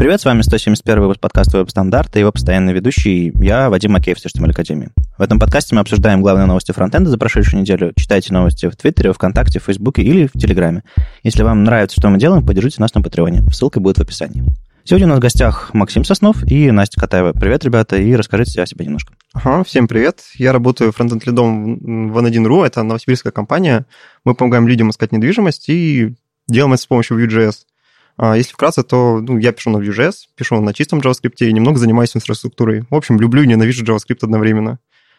Привет, с вами 171 выпуск подкаста «Веб-стандарт» и его постоянный ведущий, я, Вадим Макеев с HTML Академии. В этом подкасте мы обсуждаем главные новости фронтенда за прошедшую неделю. Читайте новости в Твиттере, ВКонтакте, в Фейсбуке или в Телеграме. Если вам нравится, что мы делаем, поддержите нас на Патреоне. Ссылка будет в описании. Сегодня у нас в гостях Максим Соснов и Настя Катаева. Привет, ребята, и расскажите о себе немножко. Всем привет. Я работаю фронтенд-лидом в N1.ru, это новосибирская компания. Мы помогаем людям искать недвижимость и делаем это с помощью Vue.js. Если вкратце, то я пишу на Vue.js, пишу на чистом JavaScript и немного занимаюсь инфраструктурой. В общем, люблю и ненавижу JavaScript одновременно.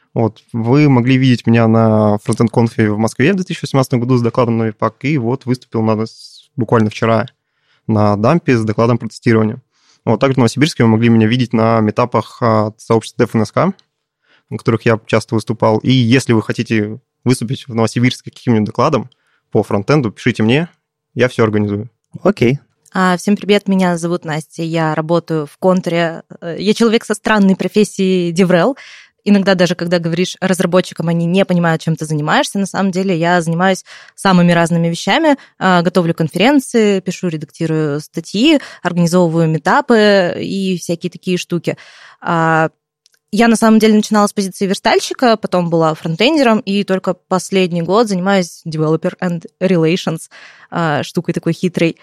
Вы могли видеть меня на FrontEnd-конфе в Москве в 2018 году с докладом на Webpack, и выступил буквально вчера на дампе с докладом про тестирование. Также в Новосибирске вы могли меня видеть на митапах от сообщества DevNSK, на которых я часто выступал. И если вы хотите выступить в Новосибирске каким-нибудь докладом по фронтенду, пишите мне, я все организую. Окей. Всем привет, меня зовут Настя, я работаю в Контуре. Я человек со странной профессией DevRel. Иногда даже, когда говоришь разработчикам, они не понимают, чем ты занимаешься. На самом деле я занимаюсь самыми разными вещами. Готовлю конференции, пишу, редактирую статьи, организовываю митапы и всякие такие штуки. Я на самом деле начинала с позиции верстальщика, потом была фронтендером, и только последний год занимаюсь Developer and Relations, штукой такой хитрой.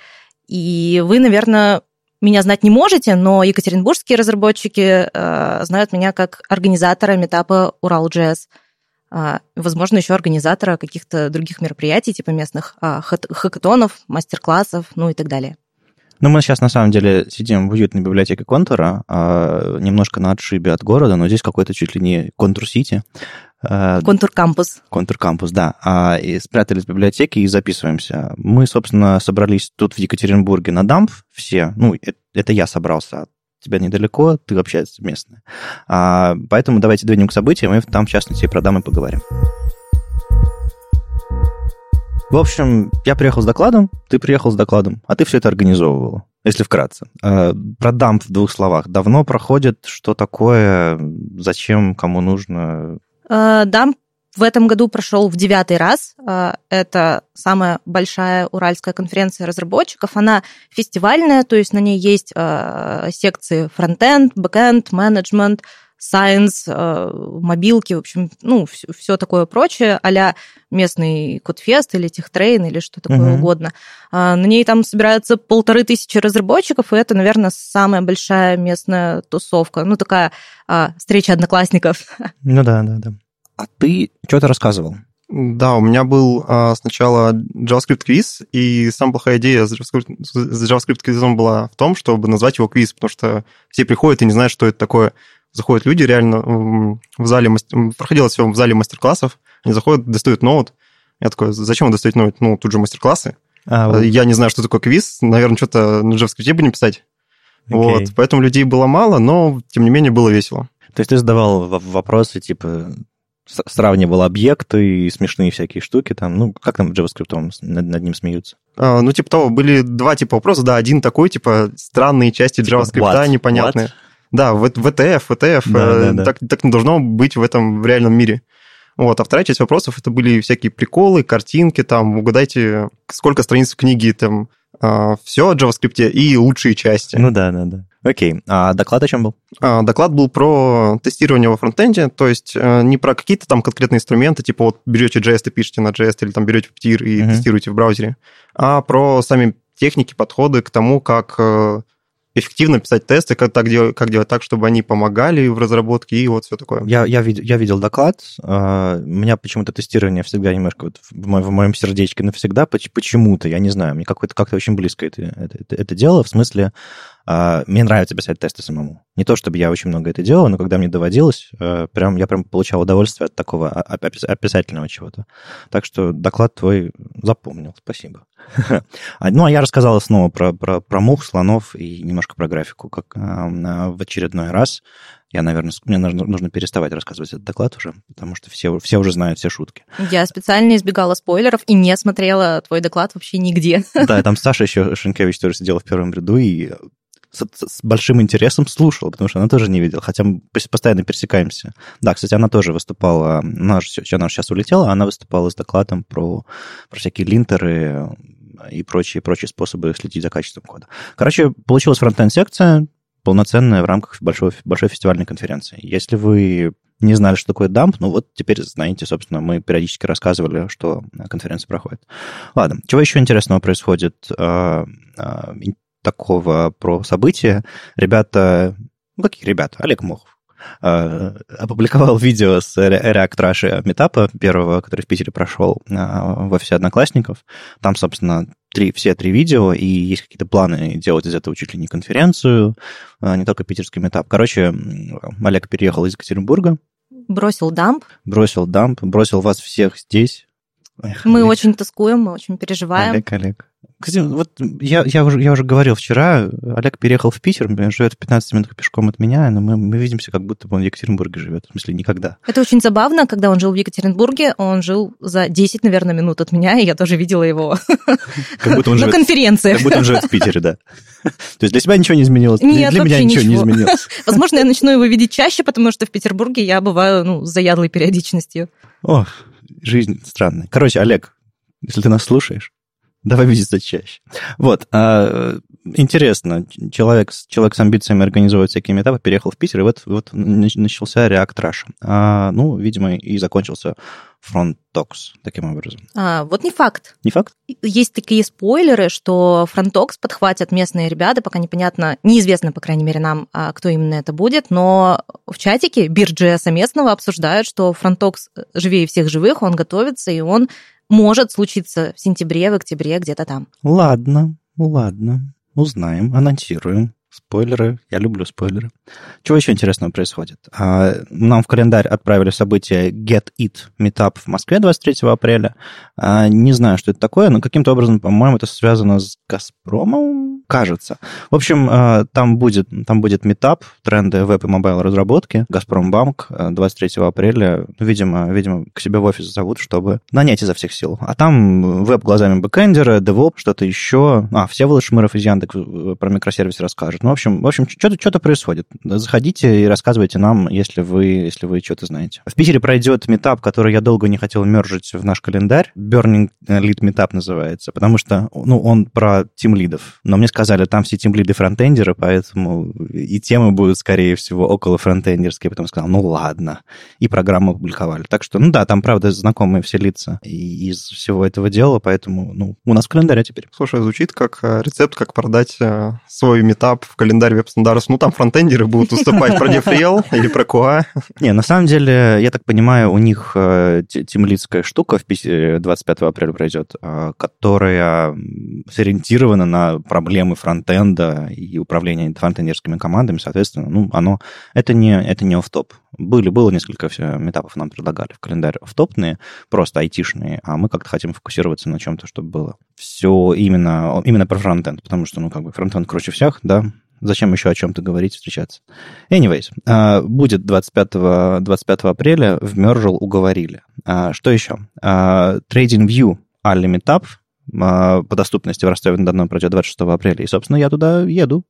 И вы, наверное, меня знать не можете, но екатеринбургские разработчики знают меня как организатора митапа Урал.js. Возможно, еще организатора каких-то других мероприятий, типа местных хакатонов, мастер-классов, и так далее. Мы сейчас, на самом деле, сидим в уютной библиотеке Контура, немножко на отшибе от города, но здесь какой-то чуть ли не Контур-сити. Контур-кампус. Контур-кампус, да. И спрятались в библиотеке и записываемся. Мы, собственно, собрались тут в Екатеринбурге на дамп все. Это я собрался, от тебя недалеко, ты вообще местный. Поэтому давайте двинем к событиям, и там, в частности, и про дамы поговорим. В общем, я приехал с докладом, ты приехал с докладом, а ты все это организовывала, если вкратце. Про дамп в двух словах. Давно проходит, что такое, зачем, кому нужно? Дамп в этом году прошел в 9-й раз. Это самая большая уральская конференция разработчиков. Она фестивальная, то есть на ней есть секции фронтенд, бэкенд, менеджмент, сайенс, мобилки, в общем, все такое прочее, а-ля местный Кодфест или Техтрейн или что такое угодно. На ней там собираются 1500 разработчиков, и это, наверное, самая большая местная тусовка. Такая встреча одноклассников. Да. А ты что-то рассказывал? Да, у меня был сначала JavaScript-квиз, и самая плохая идея с JavaScript-квизом была в том, чтобы назвать его квиз, потому что все приходят и не знают, что это такое. Заходят люди реально в зале, проходило все в зале мастер-классов, они заходят, достают ноут. Я такой, зачем вы достаете ноут? Тут же мастер-классы. Я не знаю, что такое квиз, наверное, что-то на JavaScript будем писать. Поэтому людей было мало, но, тем не менее, было весело. То есть ты задавал вопросы, типа, сравнивал объекты и смешные всякие штуки, там, как там JavaScript над ним смеются? Типа того, были два типа вопроса, да, один такой, типа, странные части типа JavaScript непонятные. What? Да, WTF, да. Так не должно быть в реальном мире. А вторая часть вопросов, это были всякие приколы, картинки, там, угадайте, сколько страниц в книге, там, все о JavaScript и лучшие части. Да. Окей, а доклад о чем был? Доклад был про тестирование во фронтенде, то есть не про какие-то там конкретные инструменты, типа берете JS и пишете на JS, или там берете Puppeteer и тестируете в браузере, а про сами техники, подходы к тому, как эффективно писать тесты, как делать так, чтобы они помогали в разработке, и все такое. Я видел доклад. У меня почему-то тестирование всегда немножко в моем сердечке навсегда, почему-то, я не знаю, мне как-то очень близко это дело, в смысле, мне нравится писать тесты самому. Не то, чтобы я очень много это делал, но когда мне доводилось, я прям получал удовольствие от такого описательного чего-то. Так что доклад твой запомнил, спасибо. А я рассказал снова про мух, слонов и немножко про графику, как в очередной раз. Мне нужно переставать рассказывать этот доклад уже, потому что все уже знают все шутки. Я специально избегала спойлеров и не смотрела твой доклад вообще нигде. Да, там Саша еще Шенкевич тоже сидела в первом ряду и с большим интересом слушала, потому что она тоже не видела, хотя мы постоянно пересекаемся. Да, кстати, она тоже выступала, она сейчас улетела, она выступала с докладом про всякие линтеры, и прочие способы следить за качеством кода. Короче, получилась фронтенд-секция полноценная в рамках большой фестивальной конференции. Если вы не знали, что такое дамп, ну вот теперь знаете, собственно, мы периодически рассказывали, что конференция проходит. Ладно, чего еще интересного происходит такого про события? Ребята, ну какие ребята? Олег Мохов опубликовал видео с React Russia митапа первого, который в Питере прошел в офисе Одноклассников. Там, собственно, все три видео, и есть какие-то планы делать из этого чуть ли не конференцию, не только питерский митап. Короче, Олег переехал из Екатеринбурга. Бросил дамп, бросил вас всех здесь. Эх, мы Олег. Очень тоскуем, мы очень переживаем. Олег. Кстати, вот я уже говорил вчера, Олег переехал в Питер, живет в 15 минутах пешком от меня, но мы видимся, как будто бы он в Екатеринбурге живет. В смысле, никогда. Это очень забавно, когда он жил в Екатеринбурге, он жил за 10, наверное, минут от меня, и я тоже видела его на конференции. Как будто он живет в Питере, да. То есть для тебя ничего не изменилось? Нет, для меня ничего не изменилось. Возможно, я начну его видеть чаще, потому что в Петербурге я бываю с заядлой периодичностью. Ох, жизнь странная. Короче, Олег, если ты нас слушаешь, давай видеться чаще. Вот. Интересно, человек с амбициями организовывать всякие митапы переехал в Питер, и вот начался React Russia. Ну, видимо, и закончился FrontTalks таким образом. Вот не факт. Не факт? Есть такие спойлеры, что FrontTalks подхватят местные ребята, пока непонятно, неизвестно, по крайней мере, нам, кто именно это будет, но в чатике Бир.js местного обсуждают, что FrontTalks живее всех живых, он готовится, и он может случиться в сентябре, в октябре, где-то там. Ладно. Узнаем, анонсируем. Спойлеры. Я люблю спойлеры. Чего еще интересного происходит? Нам в календарь отправили событие Get It Meetup в Москве 23 апреля. Не знаю, что это такое, но каким-то образом, по-моему, это связано с «Газпромом», кажется. В общем, там будет митап, тренды веб и мобайл разработки, «Газпромбанк» 23 апреля. Видимо, к себе в офис зовут, чтобы нанять изо всех сил. А там веб глазами бэкэндера, DevOps, что-то еще. Всеволод Шмыров из Яндекс про микросервисы расскажет. Ну, в общем, что-то происходит. Заходите и рассказывайте нам, если вы что-то знаете. В Питере пройдет митап, который я долго не хотел мержить в наш календарь. Burning Lead Meetup называется, потому что, он про тимлидов. Но мне сказали, там все тимлиды фронтендеры, поэтому и темы будут, скорее всего, около фронтендерские. Потом сказал, ладно. И программу опубликовали. Так что, там, правда, знакомые все лица из всего этого дела, поэтому, у нас в календаре теперь. Слушай, звучит как рецепт, как продать свой митап в календарь веб-стандартов. Там фронтендеры будут выступать про DevRel или про QA. Не, на самом деле, я так понимаю, у них тимлидская штука в Питере 25 апреля пройдет, которая сориентирована на проблемы фронтенда и управления фронтендерскими командами. Соответственно, это не офф-топ. Было несколько митапов нам предлагали в календарь офф-топные, просто айтишные, а мы как-то хотим фокусироваться на чем-то, чтобы было все именно про фронтенд, потому что, фронтенд круче всех, да, зачем еще о чем-то говорить, встречаться. Anyways, будет 25 апреля, в Mergel уговорили. Что еще? TradingView Ally Meetup по доступности в Ростове-на-Дону пройдет 26 апреля, и, собственно, я туда еду.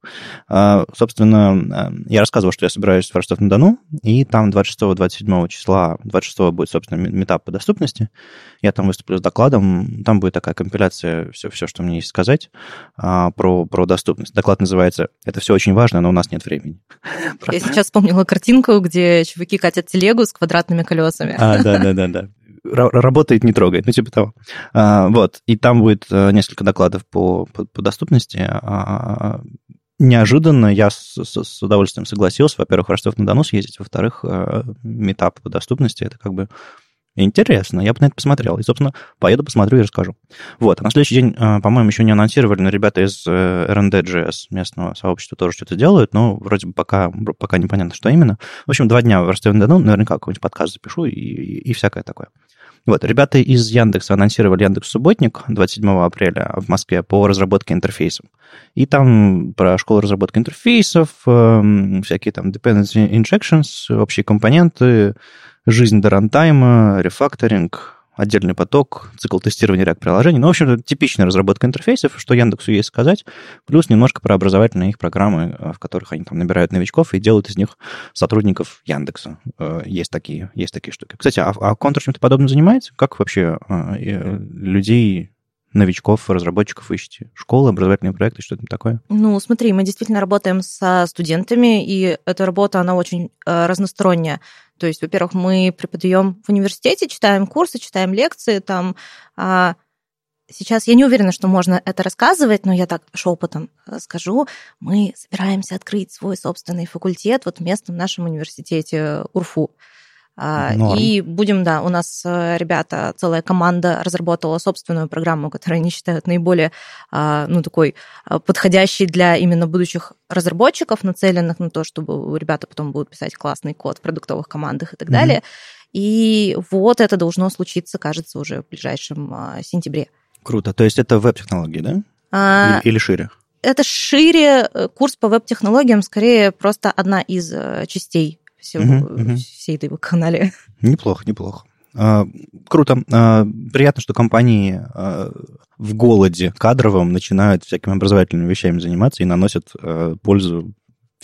Собственно, я рассказывал, что я собираюсь в Ростов-на-Дону, и там 26-27 числа, 26 будет, собственно, митап по доступности. Я там выступлю с докладом, там будет такая компиляция, все, что мне есть сказать про доступность. Доклад называется «Это все очень важно, но у нас нет времени». Я сейчас вспомнила картинку, где чуваки катят телегу с квадратными колесами. Да. Работает, не трогает, типа того. Вот, и там будет несколько докладов по доступности. Неожиданно я с удовольствием согласился. Во-первых, в Ростов-на-Дону съездить, во-вторых, митап по доступности, это интересно, я бы на это посмотрел. И, собственно, поеду, посмотрю и расскажу. Вот, а на следующий день, по-моему, еще не анонсировали, но ребята из R&D.js местного сообщества тоже что-то делают, но вроде бы пока непонятно, что именно. В общем, 2 дня в Ростове-на-Дону, наверняка какой-нибудь подкаст запишу и всякое такое. Вот, ребята из Яндекса анонсировали Яндекс.Субботник 27 апреля в Москве по разработке интерфейсов. И там про школу разработки интерфейсов, всякие там dependency injections, общие компоненты, жизнь до рантайма, рефакторинг, отдельный поток, цикл тестирования React-приложений. В общем-то, типичная разработка интерфейсов, что Яндексу есть сказать, плюс немножко про образовательные их программы, в которых они там набирают новичков и делают из них сотрудников Яндекса. Есть такие штуки. Кстати, а Контур чем-то подобным занимается? Как вообще людей новичков, разработчиков ищете? Школы, образовательные проекты, что-то такое? Ну, смотри, мы действительно работаем со студентами, и эта работа, она очень разносторонняя. То есть, во-первых, мы преподаем в университете, читаем курсы, читаем лекции, там... Сейчас я не уверена, что можно это рассказывать, но я так шепотом скажу. Мы собираемся открыть свой собственный факультет вот в местном нашем университете УрФУ. Норм. И будем, да, у нас ребята, целая команда разработала собственную программу, которую они считают наиболее, такой подходящей для именно будущих разработчиков, нацеленных на то, чтобы ребята потом будут писать классный код в продуктовых командах и так далее. И вот это должно случиться, кажется, уже в ближайшем сентябре. Круто. То есть это веб-технологии, да? Или шире? Это шире. Курс по веб-технологиям скорее просто одна из частей всей этой канале. Неплохо. Круто. Приятно, что компании в голоде кадровом начинают всякими образовательными вещами заниматься и наносят пользу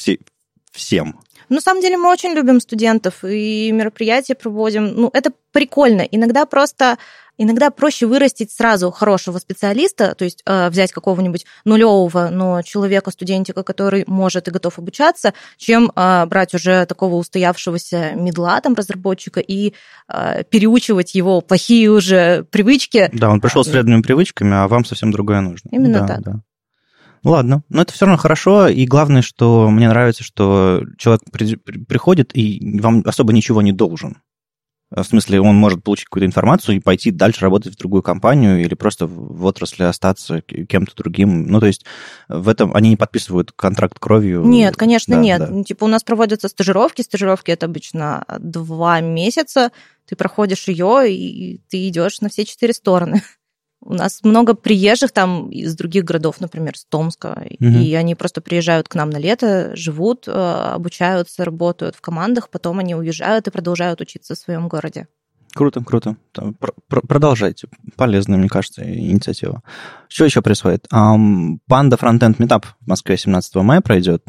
всем. На самом деле мы очень любим студентов и мероприятия проводим. Ну, это прикольно. Иногда проще вырастить сразу хорошего специалиста, то есть взять какого-нибудь нулевого, но человека-студентика, который может и готов обучаться, чем брать уже такого устоявшегося мидла, там, разработчика, и переучивать его плохие уже привычки. Да, он пришел с вредными привычками, а вам совсем другое нужно. Именно так. Да. Ладно, но это все равно хорошо, и главное, что мне нравится, что человек приходит и вам особо ничего не должен. В смысле, он может получить какую-то информацию и пойти дальше работать в другую компанию или просто в отрасли остаться кем-то другим. Ну, то есть в этом они не подписывают контракт кровью. Нет, конечно, нет. Да. Типа у нас проводятся стажировки. Стажировки – это обычно 2 месяца. Ты проходишь ее, и ты идешь на все 4 стороны. У нас много приезжих там из других городов, например, с Томска, и они просто приезжают к нам на лето, живут, обучаются, работают в командах, потом они уезжают и продолжают учиться в своем городе. Круто. Продолжайте. Полезная, мне кажется, инициатива. Что еще происходит? Панда Frontend Meetup в Москве 17 мая пройдет.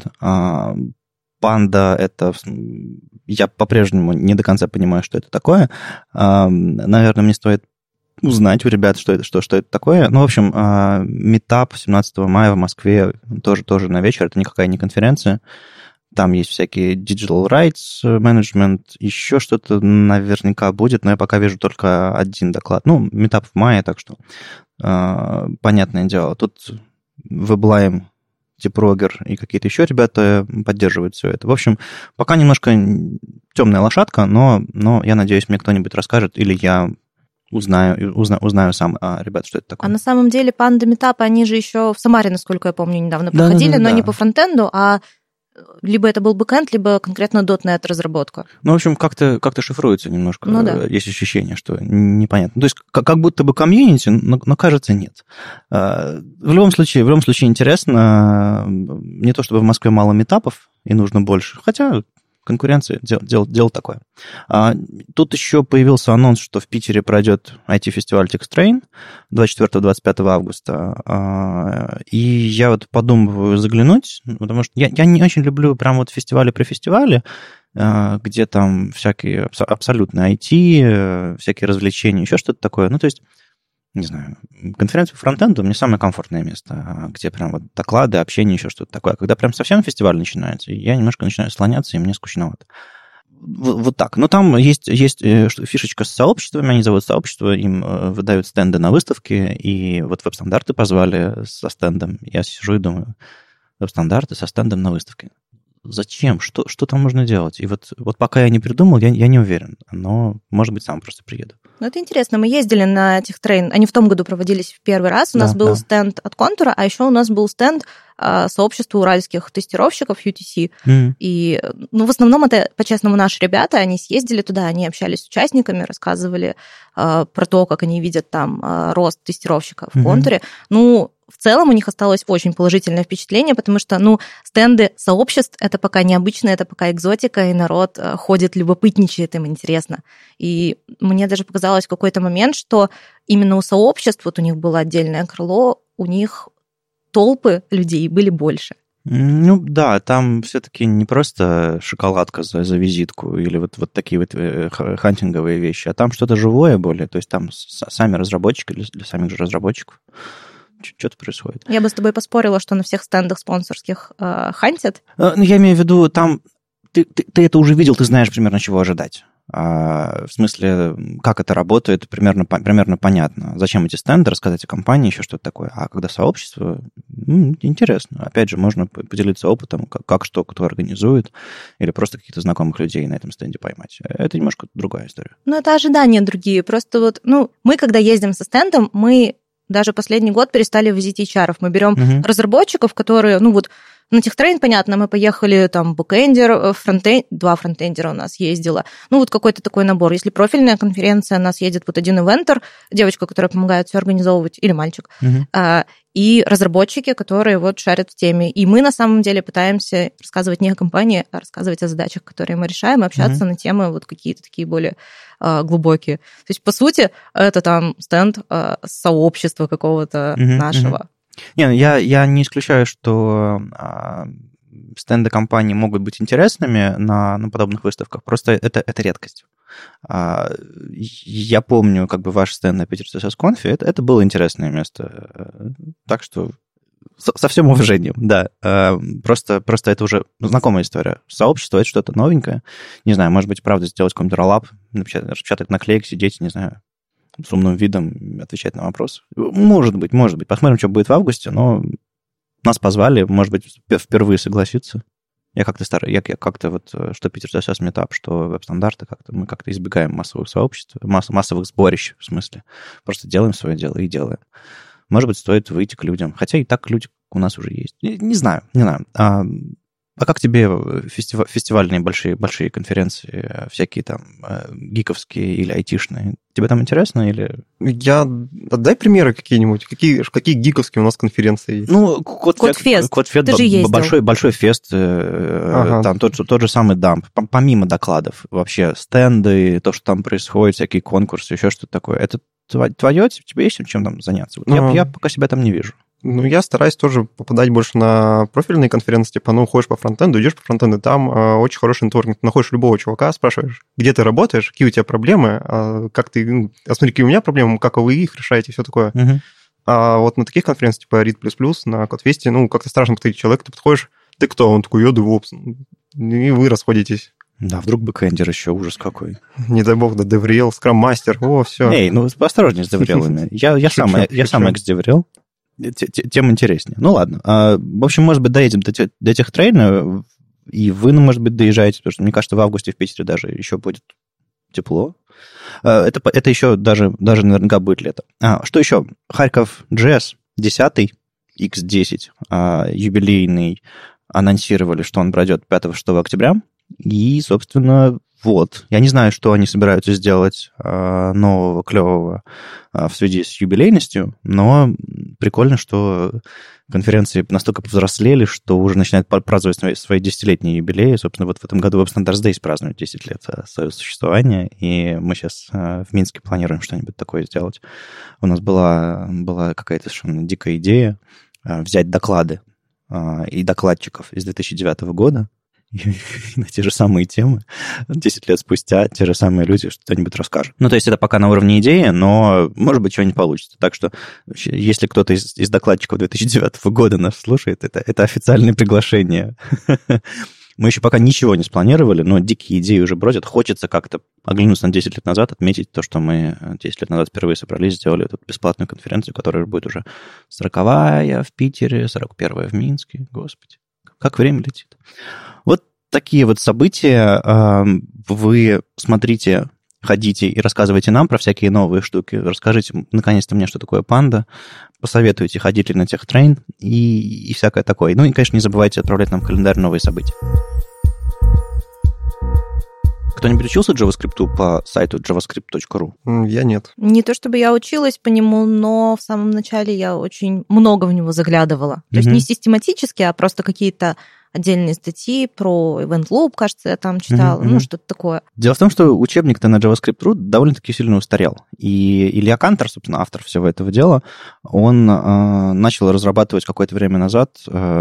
Панда — это... Я по-прежнему не до конца понимаю, что это такое. Наверное, мне стоит узнать у ребят, что это такое. Ну, в общем, митап 17 мая в Москве тоже на вечер. Это никакая не конференция. Там есть всякие digital rights management, еще что-то наверняка будет, но я пока вижу только один доклад. Ну, митап в мае, так что понятное дело. Тут WebLime, Deprogger и какие-то еще ребята поддерживают все это. В общем, пока немножко темная лошадка, но я надеюсь, мне кто-нибудь расскажет, или я узнаю сам, ребят, что это такое. А на самом деле Panda Meetup, они же еще в Самаре, насколько я помню, недавно проходили, но не по фронтенду, а либо это был бэкэнд, либо конкретно .NET разработка. Ну, в общем, как-то шифруется немножко. Ну, да. Есть ощущение, что непонятно. То есть как будто бы комьюнити, но кажется, нет. В любом случае интересно. Не то чтобы в Москве мало митапов и нужно больше, хотя... Конкуренция, дело такое. Тут еще появился анонс, что в Питере пройдет IT-фестиваль TextTrain 24-25 августа. И я вот подумываю заглянуть, потому что я не очень люблю прям вот фестивали при фестивале, где там всякие абсолютно IT, всякие развлечения, еще что-то такое. Ну, то есть, не знаю, конференция по фронтенду мне самое комфортное место, где прям вот доклады, общение, еще что-то такое. Когда прям совсем фестиваль начинается, я немножко начинаю слоняться, и мне скучновато. Вот так. Но там есть фишечка с сообществами, они зовут сообщество, им выдают стенды на выставке, и вот веб-стандарты позвали со стендом. Я сижу и думаю, веб-стандарты со стендом на выставке. Зачем? Что там можно делать? И вот пока я не придумал, я не уверен. Но, может быть, сам просто приеду. Ну, это интересно. Мы ездили на TechTrain. Они в том году проводились в первый раз. У нас был стенд от Контура, а еще у нас был стенд сообщества уральских тестировщиков UTC. И, в основном это, по-честному, наши ребята. Они съездили туда, они общались с участниками, рассказывали про то, как они видят там рост тестировщика в Контуре. В целом у них осталось очень положительное впечатление, потому что, стенды сообществ — это пока необычно, это пока экзотика, и народ ходит, любопытничает, им интересно. И мне даже показалось в какой-то момент, что именно у сообществ, вот у них было отдельное крыло, у них толпы людей были больше. Ну да, там все-таки не просто шоколадка за визитку или вот такие вот хантинговые вещи, а там что-то живое более, то есть там сами разработчики, для самих же разработчиков что-то происходит. Я бы с тобой поспорила, что на всех стендах спонсорских хантят. Я имею в виду, там ты это уже видел, ты знаешь примерно, чего ожидать. В смысле, как это работает, примерно понятно. Зачем эти стенды, рассказать о компании, еще что-то такое. А когда сообщество, интересно. Опять же, можно поделиться опытом, как что кто организует, или просто каких-то знакомых людей на этом стенде поймать. Это немножко другая история. Ну, это ожидания другие. Просто вот, мы, когда ездим со стендом, мы даже последний год перестали возить HR-ов. Мы берем разработчиков, которые, на техтрейн, понятно, мы поехали, там, бэкэндер, фронтенд, 2 фронтендера у нас ездило. Какой-то такой набор. Если профильная конференция, у нас едет вот один ивентер, девочка, которая помогает все организовывать, или мальчик, и разработчики, которые вот шарят в теме. И мы, на самом деле, пытаемся рассказывать не о компании, а рассказывать о задачах, которые мы решаем, и общаться на темы вот какие-то такие более глубокие. То есть, по сути, это там стенд сообщества какого-то нашего. Не, я не исключаю, что стенды компаний могут быть интересными на подобных выставках, просто это редкость. Я помню, ваш стенд на Питер CSS Conf, это было интересное место. Так что со всем уважением, да. Просто это уже знакомая история. Сообщество — это что-то новенькое. Не знаю, может быть, правда, сделать какой-нибудь роллап, распечатать наклейки, сидеть, не знаю, с умным видом отвечать на вопросы. Может быть. Посмотрим, что будет в августе, но нас позвали, может быть, впервые согласиться. Я как-то вот, что Питер CSS Meetup, что веб-стандарты, мы как-то избегаем массовых сообществ, массовых сборищ, в смысле. Просто делаем свое дело и делаем. Может быть, стоит выйти к людям. Хотя и так люди у нас уже есть. Не знаю. А как тебе фестивальные большие конференции, всякие там гиковские или айтишные? Тебе там интересно или... Дай примеры какие-нибудь. Какие гиковские у нас конференции есть? Кодфест. Ты же ездил. Большой фест, там тот же самый дамп. Помимо докладов, вообще стенды, то, что там происходит, всякие конкурсы, еще что-то такое. Это твое? Тебе есть чем там заняться? Я пока себя там не вижу. Я стараюсь тоже попадать больше на профильные конференции, ходишь по фронтенду, идешь по фронтенду, там очень хороший нетворкинг. Находишь любого чувака, спрашиваешь, где ты работаешь, какие у тебя проблемы, как ты... смотри, какие у меня проблемы, как вы их решаете, все такое. А вот на таких конференциях, типа RID++, на Кодфесте, как-то страшно подходить человек, ты подходишь, ты кто? Он такой, я DevOps. И вы расходитесь. Да, вдруг бэкэндер еще, ужас какой. Не дай бог, да, DevRel, Scrum Master, все. Эй, осторожнее с DevRel'ами. Я сам экс-DevRel. Тем интереснее. Ладно. В общем, может быть, доедем до тех трейнов, и вы, может быть, доезжаете, потому что, мне кажется, в августе в Питере даже еще будет тепло. Это еще даже наверняка будет лето. Что еще? Харьков JS 10, X10, юбилейный, анонсировали, что он пройдет 5-6 октября. И, собственно, вот. Я не знаю, что они собираются сделать нового, клевого в связи с юбилейностью, но прикольно, что конференции настолько повзрослели, что уже начинают праздновать свои 10-летние юбилеи. Собственно, вот в этом году Web Standards Days празднует 10 лет своего существования, и мы сейчас в Минске планируем что-нибудь такое сделать. У нас была какая-то совершенно дикая идея взять доклады и докладчиков из 2009 года, и на те же самые темы 10 лет спустя те же самые люди что-нибудь расскажут. То есть это пока на уровне идеи, но, может быть, что-нибудь получится. Так что, если кто-то из докладчиков 2009 года нас слушает, это официальное приглашение. Мы еще пока ничего не спланировали, но дикие идеи уже бродят. Хочется как-то оглянуться на 10 лет назад, отметить то, что мы 10 лет назад впервые собрались, сделали эту бесплатную конференцию, которая будет уже 40-я в Питере, 41-я в Минске. Господи, как время летит. Вот такие вот события. Вы смотрите, ходите и рассказывайте нам про всякие новые штуки. Расскажите, наконец-то, мне, что такое панда. Посоветуйте, ходить ли на техтрейн и всякое такое. И, конечно, не забывайте отправлять нам в календарь новые события. Кто-нибудь учился JavaScript по сайту javascript.ru? Я нет. Не то чтобы я училась по нему, но в самом начале я очень много в него заглядывала. То есть не систематически, а просто какие-то отдельные статьи про Event Loop, кажется, я там читала, что-то такое. Дело в том, что учебник-то на JavaScript.ru довольно-таки сильно устарел. И Илья Кантор, собственно, автор всего этого дела, он начал разрабатывать какое-то время назад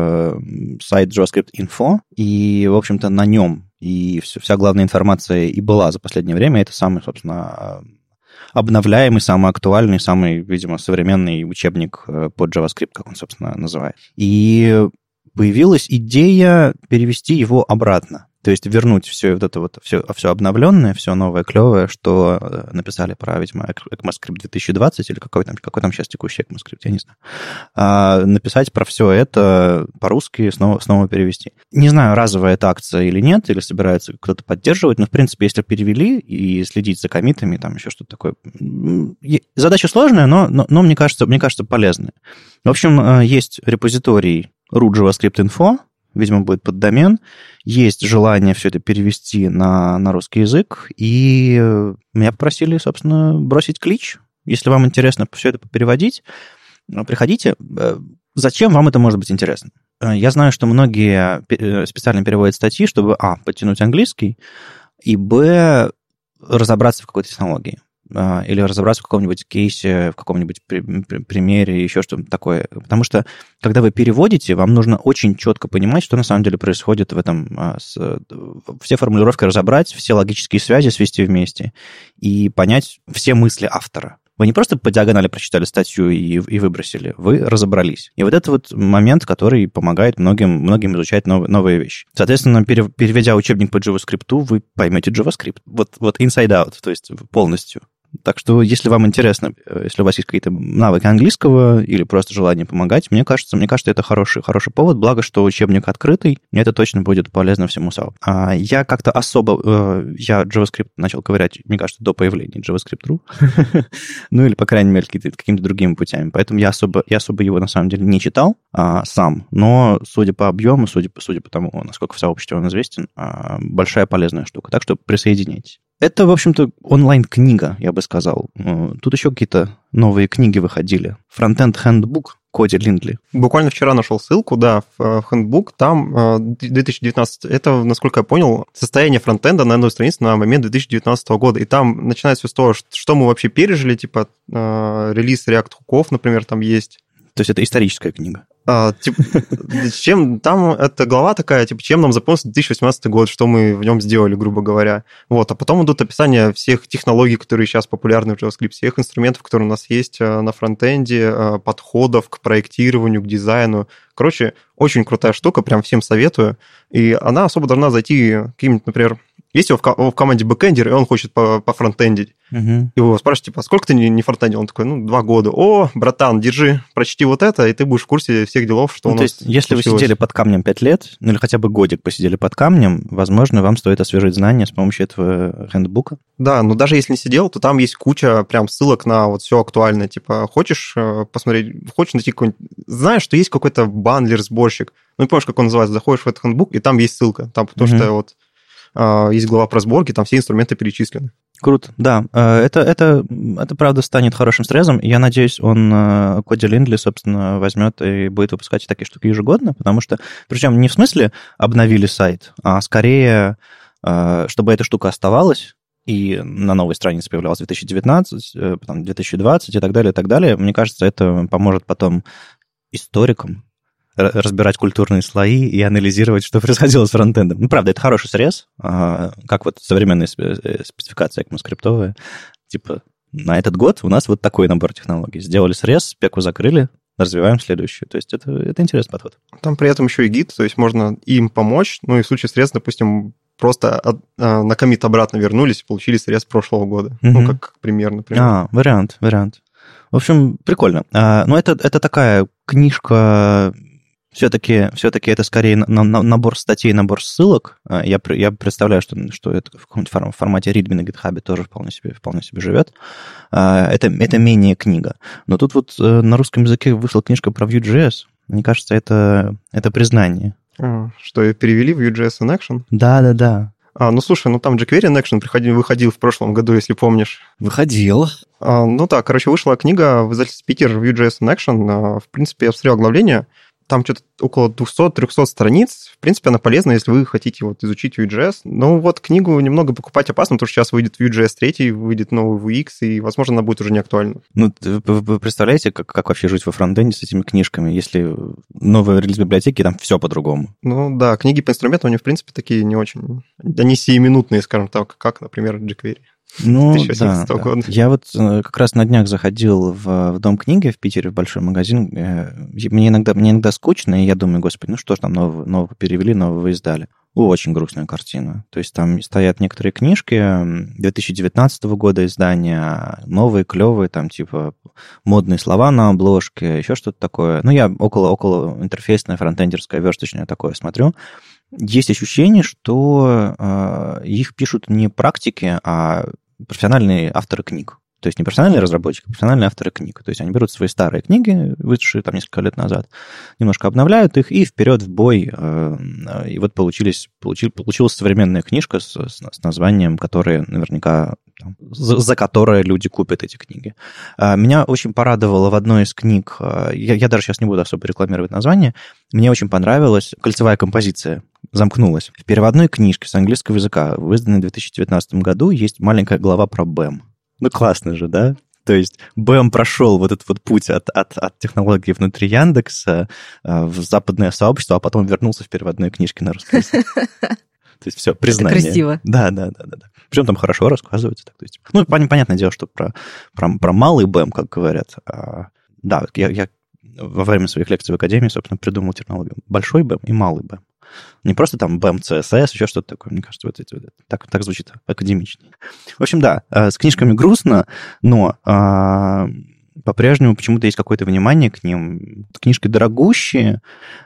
сайт JavaScript Info, и, в общем-то, на нем и вся главная информация и была за последнее время. Это самый, собственно, обновляемый, самый актуальный, самый, видимо, современный учебник под JavaScript, как он, собственно, называет. И появилась идея перевести его обратно. То есть вернуть все вот это вот, все обновленное, все новое, клевое, что написали про, видимо, ECMAScript 2020, или какой там сейчас текущий ECMAScript, я не знаю. Написать про все это по-русски, снова перевести. Не знаю, разовая это акция или нет, или собирается кто-то поддерживать, но, в принципе, если перевели и следить за коммитами, там еще что-то такое. Задача сложная, но мне кажется, полезная. В общем, есть репозиторий root JavaScript Info, видимо, будет под домен. Есть желание все это перевести на русский язык, и меня попросили, собственно, бросить клич. Если вам интересно все это переводить, приходите. Зачем вам это может быть интересно? Я знаю, что многие специально переводят статьи, чтобы, подтянуть английский, и, разобраться в какой-то технологии. Или разобраться в каком-нибудь кейсе, в каком-нибудь примере, еще что-то такое. Потому что, когда вы переводите, вам нужно очень четко понимать, что на самом деле происходит в этом. Все формулировки разобрать, все логические связи свести вместе и понять все мысли автора. Вы не просто по диагонали прочитали статью и выбросили, вы разобрались. И вот это вот момент, который помогает многим изучать новые вещи. Соответственно, переведя учебник по JavaScript, вы поймете JavaScript. Вот inside out, то есть полностью. Так что, если вам интересно, если у вас есть какие-то навыки английского или просто желание помогать, мне кажется, это хороший повод, благо, что учебник открытый, и это точно будет полезно всему сообществу. Я как-то я JavaScript начал ковырять, мне кажется, до появления JavaScript.ru, ну или, по крайней мере, какими-то другими путями, поэтому я особо его, на самом деле, не читал сам, но, судя по объему, судя по тому, насколько в сообществе он известен, большая полезная штука, так что присоединяйтесь. Это, в общем-то, онлайн-книга, я бы сказал. Тут еще какие-то новые книги выходили. Frontend Handbook Коди Линдли. Буквально вчера нашел ссылку, в Handbook. Там 2019, это, насколько я понял, состояние фронтенда на одной странице на момент 2019 года. И там начинается все с того, что мы вообще пережили, типа релиз React-хуков, например, там есть. То есть это историческая книга. Чем там эта глава такая, чем нам запомнился 2018 год, что мы в нем сделали, грубо говоря. А потом идут описания всех технологий, которые сейчас популярны в JavaScript, всех инструментов, которые у нас есть на фронтенде, подходов к проектированию, к дизайну. Короче, очень крутая штука, прям всем советую. И она особо должна зайти каким-нибудь, например, есть в команде бэкэндер, и он хочет пофронтендить. И вы его спрашиваете, сколько ты не фронтендил? Он такой, 2 года. О, братан, держи, прочти вот это, и ты будешь в курсе всех делов, что у нас. То есть, если вы сидели под камнем 5 лет, или хотя бы годик посидели под камнем, возможно, вам стоит освежить знания с помощью этого хендбука. Да, но даже если не сидел, то там есть куча прям ссылок на все актуальное. Типа, хочешь посмотреть, хочешь найти какой-нибудь... Знаешь, что есть какой-то бандлер-сборщик. Не помнишь, как он называется, заходишь в этот хендбук, и там есть ссылка. Там потому что есть глава про сборки, там все инструменты перечислены. Круто, да. Это правда станет хорошим срезом. Я надеюсь, он Коди Линдли, собственно, возьмет и будет выпускать такие штуки ежегодно, потому что, причем не в смысле обновили сайт, а скорее, чтобы эта штука оставалась, и на новой странице появлялась 2019, потом 2020 и так далее, и так далее. Мне кажется, это поможет потом историкам разбирать культурные слои и анализировать, что происходило с фронтендом. Правда, это хороший срез, как современные спецификации ECMAScript'овые. Типа, на этот год у нас вот такой набор технологий. Сделали срез, спеку закрыли, развиваем следующую. То есть это интересный подход. Там при этом еще и гид, то есть можно им помочь. И в случае срез, допустим, просто на коммит обратно вернулись и получили срез прошлого года. Как пример, например. Вариант. В общем, прикольно. Но это такая книжка... Все-таки это скорее набор статей, набор ссылок. Я представляю, что это в каком-то формате readme на GitHub тоже вполне себе живет. Это менее книга. Но тут вот на русском языке вышла книжка про Vue.js. Мне кажется, это признание. Что, ее перевели в Vue.js in Action? Да. Слушай, там jQuery in Action выходил в прошлом году, если помнишь. Выходил. Вышла книга в издательстве Питер Vue.js in Action. В принципе, я посмотрел оглавление. там что-то около 200-300 страниц. В принципе, она полезна, если вы хотите вот изучить Vue.js. Но вот книгу немного покупать опасно, потому что сейчас выйдет Vue.js 3, выйдет новый Vue.x, и, возможно, она будет уже не актуальна. Ну, вы представляете, как вообще жить во фронтенде с этими книжками, если новый релиз библиотеки, там все по-другому? Ну да, книги по инструментам, они, в принципе, такие не очень... Они сиюминутные, скажем так, как, например, jQuery. Ну, да. Я вот как раз на днях заходил в Дом книги в Питере, в большой магазин. Мне иногда скучно, и я думаю, господи, ну что ж там нового перевели, нового издали. Очень грустная картина. То есть там стоят некоторые книжки 2019 года издания, новые, клевые, там типа модные слова на обложке, еще что-то такое. Ну, я около интерфейсное, фронтендерское, версточное такое смотрю. Есть ощущение, что их пишут не практики, а профессиональные авторы книг. То есть не профессиональные разработчики, а профессиональные авторы книг. То есть они берут свои старые книги, вышедшие там несколько лет назад, немножко обновляют их и вперед в бой. И вот получилась современная книжка с названием, которое наверняка за которое люди купят эти книги. Меня очень порадовало в одной из книг, я даже сейчас не буду особо рекламировать название, мне очень понравилась кольцевая композиция, замкнулась. В переводной книжке с английского языка, выданной в 2019 году, есть маленькая глава про BEM. Ну, классно же, да? То есть BEM прошел вот этот вот путь от технологии внутри Яндекса в западное сообщество, а потом вернулся в переводной книжке на русский язык. То есть все, признание. Это красиво. Да. Причем там хорошо рассказывается. Так, то есть, ну, понятное дело, что про малый BEM, как говорят. Да, я во время своих лекций в Академии, собственно, придумал терминологию. Большой BEM и малый BEM. Не просто там BEM, CSS, еще что-то такое. Мне кажется, вот так звучит академичнее. В общем, да, с книжками грустно, но по-прежнему почему-то есть какое-то внимание к ним. Книжки дорогущие,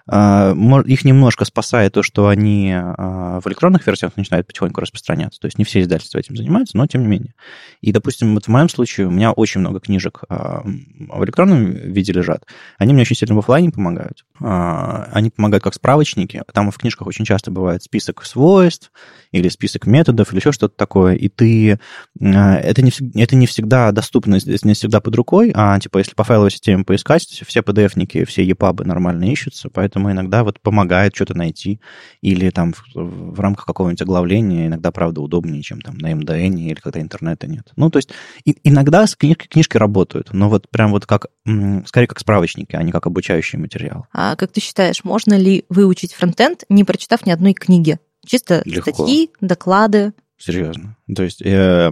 их немножко спасает то, что они в электронных версиях начинают потихоньку распространяться. То есть не все издательства этим занимаются, но тем не менее. И, допустим, вот в моем случае у меня очень много книжек в электронном виде лежат. Они мне очень сильно в офлайне помогают. Они помогают как справочники. Там в книжках очень часто бывает список свойств или список методов или еще что-то такое. И это не всегда доступно, не всегда под рукой, а типа если по файловой системе поискать, все PDF-ники, все EPUB нормально ищутся, поэтому иногда вот помогает что-то найти. Или там в рамках какого-нибудь оглавления иногда, правда, удобнее, чем там на MDN или когда интернета нет. Ну, то есть иногда книжки работают, но вот прям вот скорее как справочники, а не как обучающий материал. А как ты считаешь, можно ли выучить фронтенд, не прочитав ни одной книги? Чисто легко. Статьи, доклады? Серьезно. То есть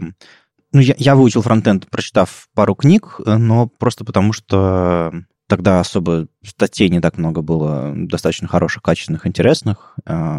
я выучил фронтенд, прочитав пару книг, но просто потому, что тогда особо статей не так много было, достаточно хороших, качественных, интересных.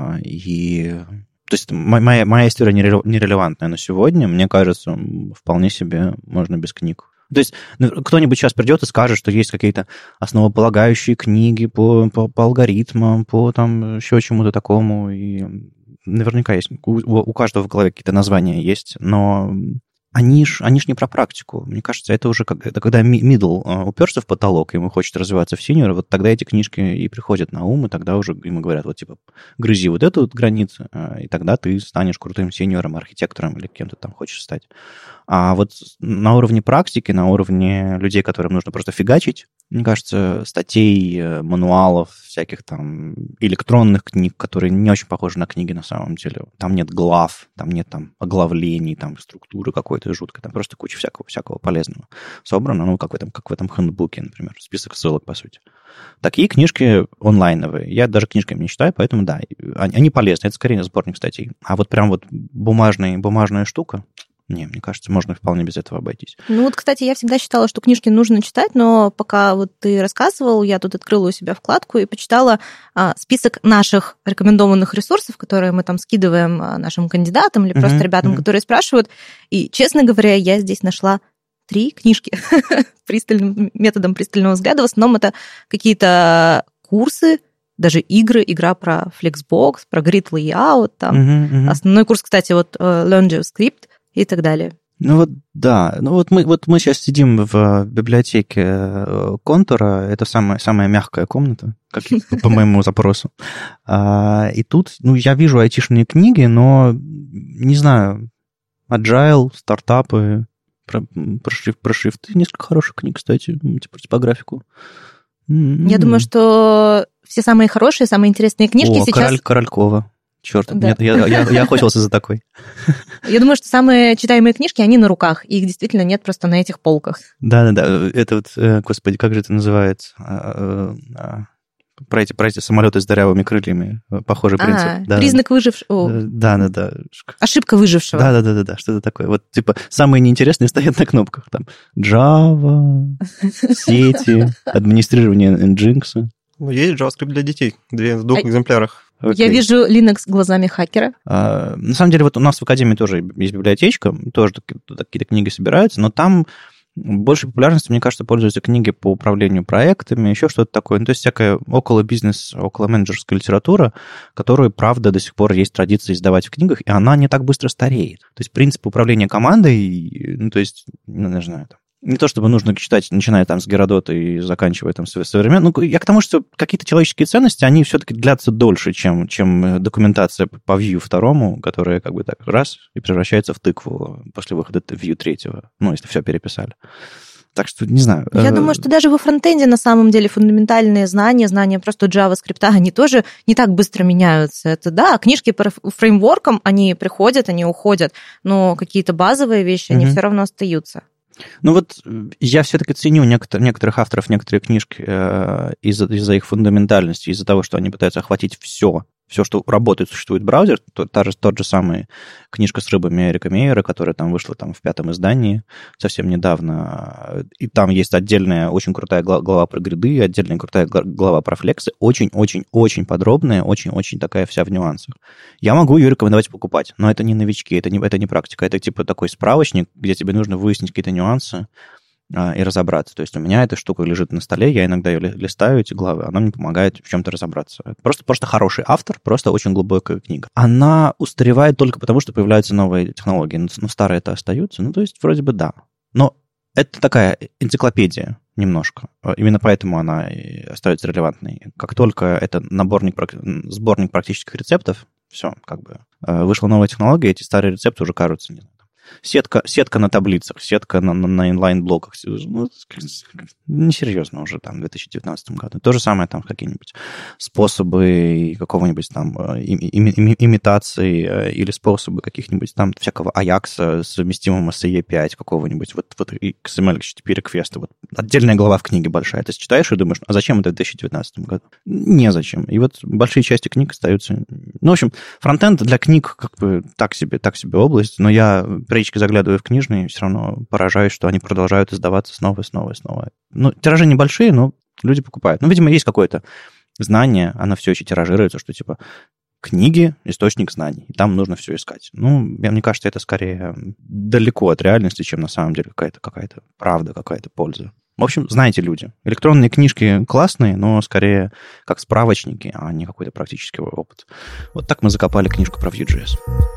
И то есть моя история нерелевантная на сегодня. Мне кажется, вполне себе можно без книг. То есть кто-нибудь сейчас придет и скажет, что есть какие-то основополагающие книги по алгоритмам, по там еще чему-то такому. И наверняка есть. У каждого в голове какие-то названия есть, но они ж не про практику. Мне кажется, это уже когда middle уперся в потолок, и ему хочет развиваться в senior, вот тогда эти книжки и приходят на ум, и тогда уже ему говорят, вот типа, грызи вот эту вот границу, и тогда ты станешь крутым сеньором, архитектором или кем ты там хочешь стать. А вот на уровне практики, на уровне людей, которым нужно просто фигачить, мне кажется, статей, мануалов, всяких там электронных книг, которые не очень похожи на книги на самом деле. Там нет глав, там нет там оглавлений, там структуры какой-то жуткой, там просто куча всякого полезного собрано, ну, как в этом хэндбуке, например, список ссылок, по сути. Такие книжки онлайновые. Я даже книжками не читаю, поэтому да, они полезны. Это скорее сборник статей. А вот прям вот бумажная штука, не, мне кажется, можно вполне без этого обойтись. Ну вот, кстати, я всегда считала, что книжки нужно читать, но пока вот ты рассказывал, я тут открыла у себя вкладку и почитала список наших рекомендованных ресурсов, которые мы там скидываем нашим кандидатам или просто ребятам, которые спрашивают. И, честно говоря, я здесь нашла 3 книжки методом пристального взгляда. В основном это какие-то курсы, даже игра про Flexbox, про Grid Layout. Там. Основной курс, кстати, вот Learn JavaScript и так далее. Ну вот да, мы сейчас сидим в библиотеке Контура, это самая мягкая комната, как по моему запросу. И тут, я вижу айтишные книги, но не знаю, Agile, стартапы, про шрифты, несколько хороших книг, кстати, типа по графику. Я думаю, что все самые хорошие, самые интересные книжки сейчас... Королькова. Черт, Да. нет, я охотился за такой. Я думаю, что самые читаемые книжки, они на руках, и их действительно нет просто на этих полках. Да-да-да, это вот, господи, как же это называется? Про эти самолеты с дырявыми крыльями. Похожий принцип. Да. Признак выжившего. Да. Ошибка выжившего. Да, что-то такое. Вот, типа, самые неинтересные стоят на кнопках. Там Java, сети, администрирование Nginx. Ну, есть JavaScript для детей, в двух экземплярах. Я вижу Linux глазами хакера. На самом деле, вот у нас в Академии тоже есть библиотечка, тоже какие-то книги собираются, но там большей популярностью, мне кажется, пользуются книги по управлению проектами, еще что-то такое. Ну, то есть всякая около бизнес, около менеджерская литература, которую, правда, до сих пор есть традиция издавать в книгах, и она не так быстро стареет. То есть принцип управления командой, ну, то есть, не знаю, там, не то чтобы нужно читать, начиная там с Геродота и заканчивая там современным. Ну, я к тому, что какие-то человеческие ценности, они все-таки длятся дольше, чем документация по Vue 2, которая как бы так раз и превращается в тыкву после выхода Vue 3, ну, если все переписали. Так что, не знаю. Я думаю, что даже во фронтенде на самом деле фундаментальные знания просто JavaScript, они тоже не так быстро меняются. Это да, книжки по фреймворкам, они приходят, они уходят, но какие-то базовые вещи, они все равно остаются. Ну вот я все-таки ценю некоторых авторов, некоторые книжки из-за их фундаментальности, из-за того, что они пытаются охватить все, что работает, существует браузер, тот же самый книжка с рыбами Эрика Мейера, которая там вышла там, в 5 издании совсем недавно, и там есть отдельная очень крутая глава про гриды, отдельная крутая глава про флексы, очень-очень-очень подробная, очень-очень такая вся в нюансах. Я могу ее рекомендовать покупать, но это не новички, это не практика, это типа такой справочник, где тебе нужно выяснить какие-то нюансы и разобраться. То есть у меня эта штука лежит на столе, я иногда ее листаю, эти главы, она мне помогает в чем-то разобраться. Просто хороший автор, просто очень глубокая книга. Она устаревает только потому, что появляются новые технологии, но старые-то остаются, ну, то есть вроде бы да. Но это такая энциклопедия немножко. Именно поэтому она и остается релевантной. Как только это сборник практических рецептов, все, как бы вышла новая технология, эти старые рецепты уже кажутся, не знаю, сетка на таблицах, сетка на инлайн-блоках. Ну, несерьезно уже там в 2019 году. То же самое там какие-нибудь способы какого-нибудь там имитации или способы каких-нибудь там всякого Ajax, совместимого с EE5 какого-нибудь. Вот XML, HTTP реквесты. Вот отдельная глава в книге большая. Ты читаешь и думаешь, а зачем это в 2019 году? Незачем. И вот большие части книг остаются... Ну, в общем, фронтенд для книг как бы так себе область, но я периодически заглядываю в книжные, все равно поражаюсь, что они продолжают издаваться снова и снова. Ну, тиражи небольшие, но люди покупают. Ну, видимо, есть какое-то знание, оно все еще тиражируется, что типа книги — источник знаний, и там нужно все искать. Ну, мне кажется, это скорее далеко от реальности, чем на самом деле какая-то правда, какая-то польза. В общем, знаете, люди, электронные книжки классные, но скорее как справочники, а не какой-то практический опыт. Вот так мы закопали книжку про Vue.js.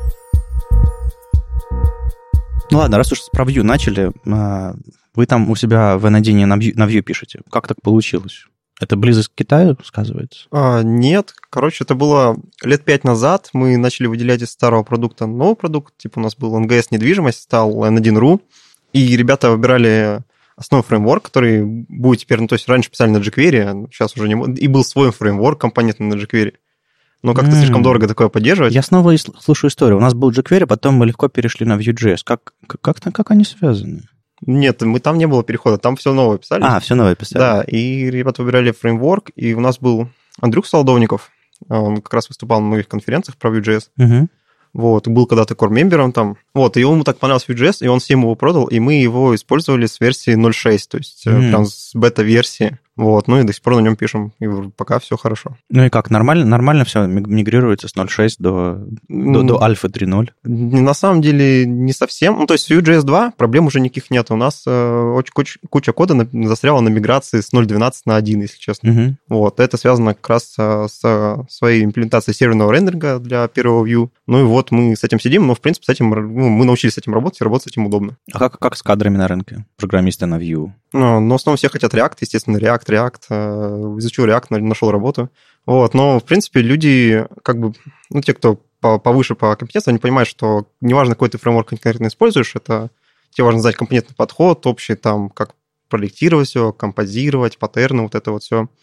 Ну ладно, раз уж про Vue начали, вы там у себя в N1 на Vue пишете. Как так получилось? Это близость к Китаю сказывается? Нет. Короче, это было лет 5 назад. Мы начали выделять из старого продукта новый продукт. Типа у нас был NGS недвижимость, стал N1.ru. И ребята выбирали основной фреймворк, который будет теперь... Ну, то есть раньше писали на jQuery, сейчас уже не... И был свой фреймворк компонентный на jQuery. Но как-то слишком дорого такое поддерживать. Я снова слушаю историю. У нас был jQuery, потом мы легко перешли на Vue.js. Как они связаны? Нет, там не было перехода, там все новое писали. Все новое писали. Да, и ребята выбирали фреймворк, и у нас был Андрюх Солодовников, он как раз выступал на многих конференциях про Vue.js. Угу. Вот, был когда-то core-мембером там. Вот, и ему так понравился Vue.js, и он всем его продал, и мы его использовали с версии 0.6, то есть прям с бета-версии. Вот, ну и до сих пор на нем пишем, и пока все хорошо. Ну и как, нормально все мигрируется с 0.6 до альфа 3.0? На самом деле не совсем. Ну, то есть Vue.js 2 проблем уже никаких нет. У нас куча кода застряла на миграции с 0.12 на 1, если честно. Угу. Вот, это связано как раз с своей имплементацией серверного рендеринга для первого Vue. Ну и вот мы с этим сидим, но, в принципе, мы научились с этим работать, и работать с этим удобно. А как с кадрами на рынке? Программисты на Vue? Но в основном все хотят React, естественно, React. Изучил React, нашел работу. Вот, но, в принципе, люди, как бы, ну, те, кто повыше по компетенции, они понимают, что неважно, какой ты фреймворк конкретно используешь, это тебе важно знать компонентный подход, общий там, как проектировать все, композировать, паттерны, вот это вот все.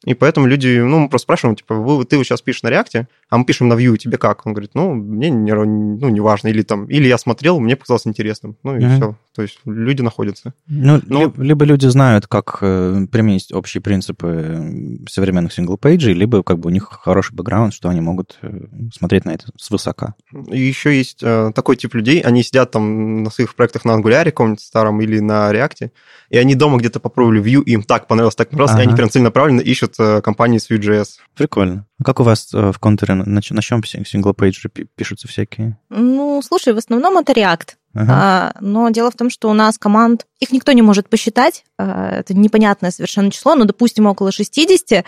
И поэтому люди, мы просто спрашиваем, типа, ты вот сейчас пишешь на React, а мы пишем на Vue, тебе как? Он говорит, мне не важно, или я смотрел, мне показалось интересным, и все. То есть люди находятся. Либо люди знают, как применить общие принципы современных сингл-пейджей, либо как бы у них хороший бэкграунд, что они могут смотреть на это свысока. И еще есть такой тип людей, они сидят там на своих проектах на Angular каком-нибудь старом или на React, и они дома где-то попробовали Vue, и им так понравилось, и они прям целенаправленно ищут компании с Vue.js. Прикольно. А как у вас в контуре, на чем сингл-пейджи пишутся всякие? Слушай, в основном это React. Но дело в том, что у нас команд, их никто не может посчитать, это непонятное совершенно число, но, допустим, около 60.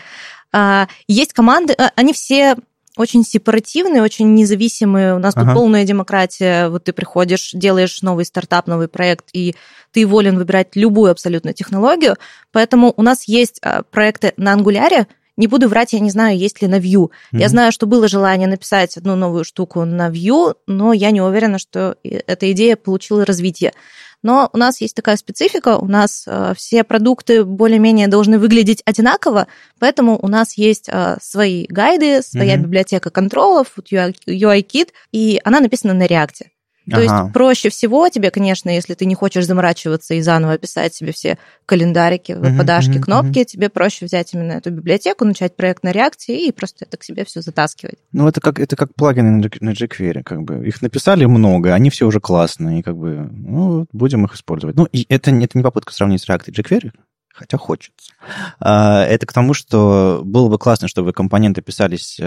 Есть команды, они все очень сепаративные, очень независимые. У нас тут полная демократия. Вот ты приходишь, делаешь новый стартап, новый проект, и ты волен выбирать любую абсолютно технологию. Поэтому у нас есть проекты на Angular. Не буду врать, я не знаю, есть ли на Vue. Я знаю, что было желание написать одну новую штуку на Vue, но я не уверена, что эта идея получила развитие. Но у нас есть такая специфика, у нас все продукты более-менее должны выглядеть одинаково, поэтому у нас есть свои гайды, своя библиотека контролов, UI-кит, и она написана на React. То есть проще всего тебе, конечно, если ты не хочешь заморачиваться и заново писать себе все календарики, выпадашки, кнопки, тебе проще взять именно эту библиотеку, начать проект на React и просто это к себе все затаскивать. Это как плагины на jQuery, как бы. Их написали много, они все уже классные, и как бы, будем их использовать. И это не попытка сравнить с React и jQuery, хотя хочется. Это к тому, что было бы классно, чтобы компоненты писались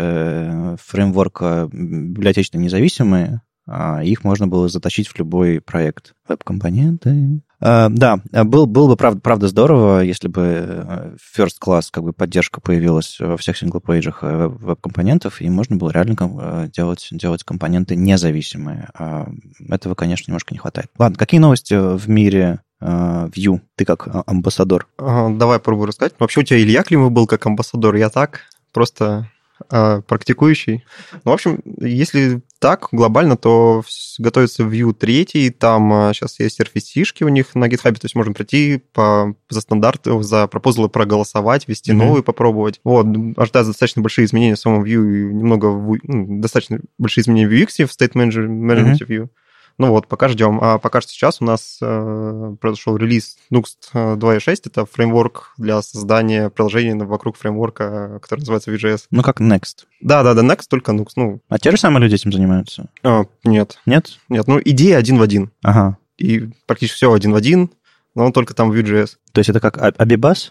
фреймворка библиотечно независимые, их можно было затащить в любой проект. Веб-компоненты. Да, было бы, правда, здорово, если бы first class как бы поддержка появилась во всех синглпейджах веб-компонентов, и можно было реально делать компоненты независимые. Этого, конечно, немножко не хватает. Ладно, какие новости в мире Vue? Ты как амбассадор. Давай попробую рассказать. Вообще у тебя Илья Климов был как амбассадор, я так, просто... практикующий. В общем, если так, глобально, то готовится Vue 3, там сейчас есть RFC-шки у них на GitHub, то есть можно прийти за стандарты, за пропозалы проголосовать, ввести новые, попробовать. Ожидаются достаточно большие изменения в самом Vue, и достаточно большие изменения в UX, в State Management Vue. Пока ждем. А пока что сейчас у нас произошел релиз Nuxt 2.6. Это фреймворк для создания приложений вокруг фреймворка, который называется Vue.js. Как Next. Да, Next, только Nuxt. А те же самые люди этим занимаются? Нет. Нет? Нет, идея один в один. Ага. И практически все один в один, но только там Vue.js. То есть это как Абибас?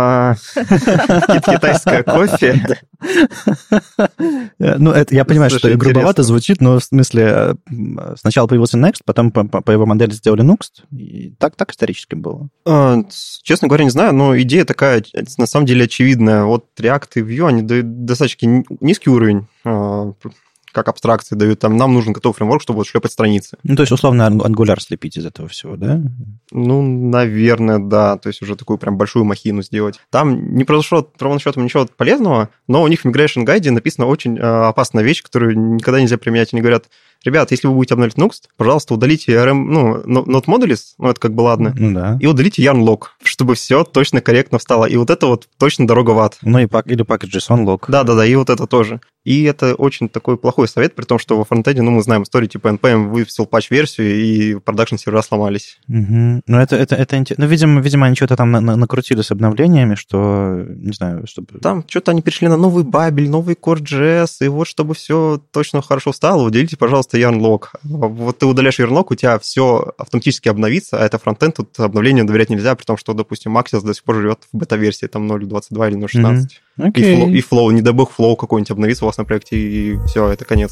Китайское кофе. Это я понимаю, что грубовато звучит, но в смысле сначала появился Next, потом по его модели сделали Nuxt, и так исторически было. Честно говоря, не знаю, но идея такая, на самом деле, очевидная. React и Vue, они дают достаточно низкий уровень, как абстракции дают, там нам нужен готовый фреймворк, чтобы шлепать страницы. То есть, условно, Angular слепить из этого всего, да? Наверное, да. То есть уже такую прям большую махину сделать. Там не произошло, ровно счетом, ничего полезного, но у них в Migration Guide написана очень опасная вещь, которую никогда нельзя применять. Они говорят, ребят, если вы будете обновлять Nuxt, пожалуйста, удалите not modules, это как бы ладно, и удалите yarn log, чтобы все точно корректно встало. И это точно дорога в ад. Или package.json log. Да, и это тоже. И это очень такой плохой совет, при том, что во фронтенде, мы знаем историю, типа NPM выпустил патч-версию, и продакшн-сервера сломались. Видимо, они что-то там накрутили с обновлениями, что, не знаю, чтобы... Там что-то они перешли на новый Babel, новый Core.js, и чтобы все точно хорошо встало, уделите, пожалуйста, yarn log. Ты удаляешь yarn log, у тебя все автоматически обновится, а это фронтенд, тут обновлению доверять нельзя, при том, что, допустим, Axios до сих пор живет в бета-версии, там 0.22 или 0.16. И Flow, не дай бог, Flow какой-нибудь обновится у вас на проекте, и все, это конец.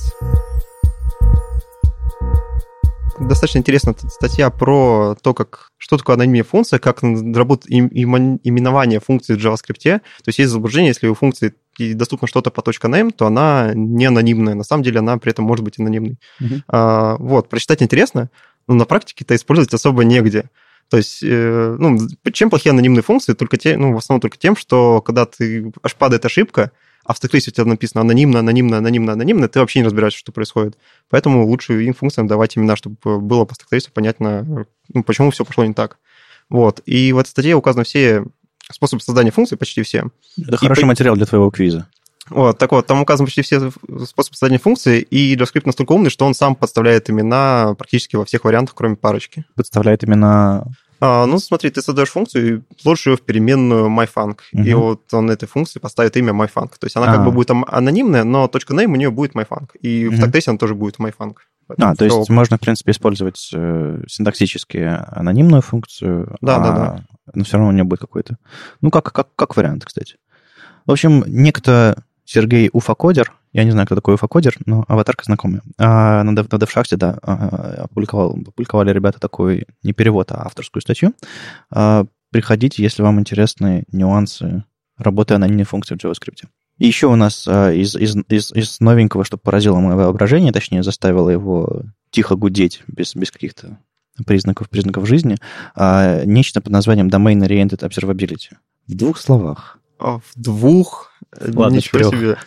Достаточно интересная статья про то, что такое анонимная функция, как работает именование функции в JavaScript. То есть есть заблуждение, если у функции доступно что-то по .name, то она не анонимная. На самом деле она при этом может быть анонимной. Прочитать интересно, но на практике это использовать особо негде. То есть, чем плохие анонимные функции? В основном только тем, что когда аж падает ошибка, а в стеклисте у тебя написано анонимно, ты вообще не разбираешься, что происходит. Поэтому лучше им функциям давать имена, чтобы было по стеклисту понятно, почему все пошло не так. И в этой статье указаны все способы создания функций почти все. Это хороший материал для твоего квиза. Вот, так вот, там указаны почти все способы создания функций, и JavaScript настолько умный, что он сам подставляет имена практически во всех вариантах, кроме парочки. Подставляет имена... Ну, смотри, ты создаешь функцию и вложишь ее в переменную myFunc, и вот он этой функции поставит имя myFunc. То есть она как бы будет анонимная, но .name у нее будет myFunc, и в тактесе она тоже будет myFunc. То есть можно, в принципе, использовать синтаксически анонимную функцию, да. Но все равно у нее будет какой-то... Ну, как вариант, кстати. В общем, некто Сергей Уфакодер, я не знаю, кто такой Уфакодер, но аватарка знакомая. На DevShaft, да, опубликовали ребята такой, не перевод, а авторскую статью. Приходите, если вам интересны нюансы работы анонимной функции в JavaScript. И еще у нас из новенького, что поразило мое воображение, точнее, заставило его тихо гудеть без каких-то признаков жизни, нечто под названием Domain Oriented Observability. В 2 словах. В 2? Ладно, ничего себе.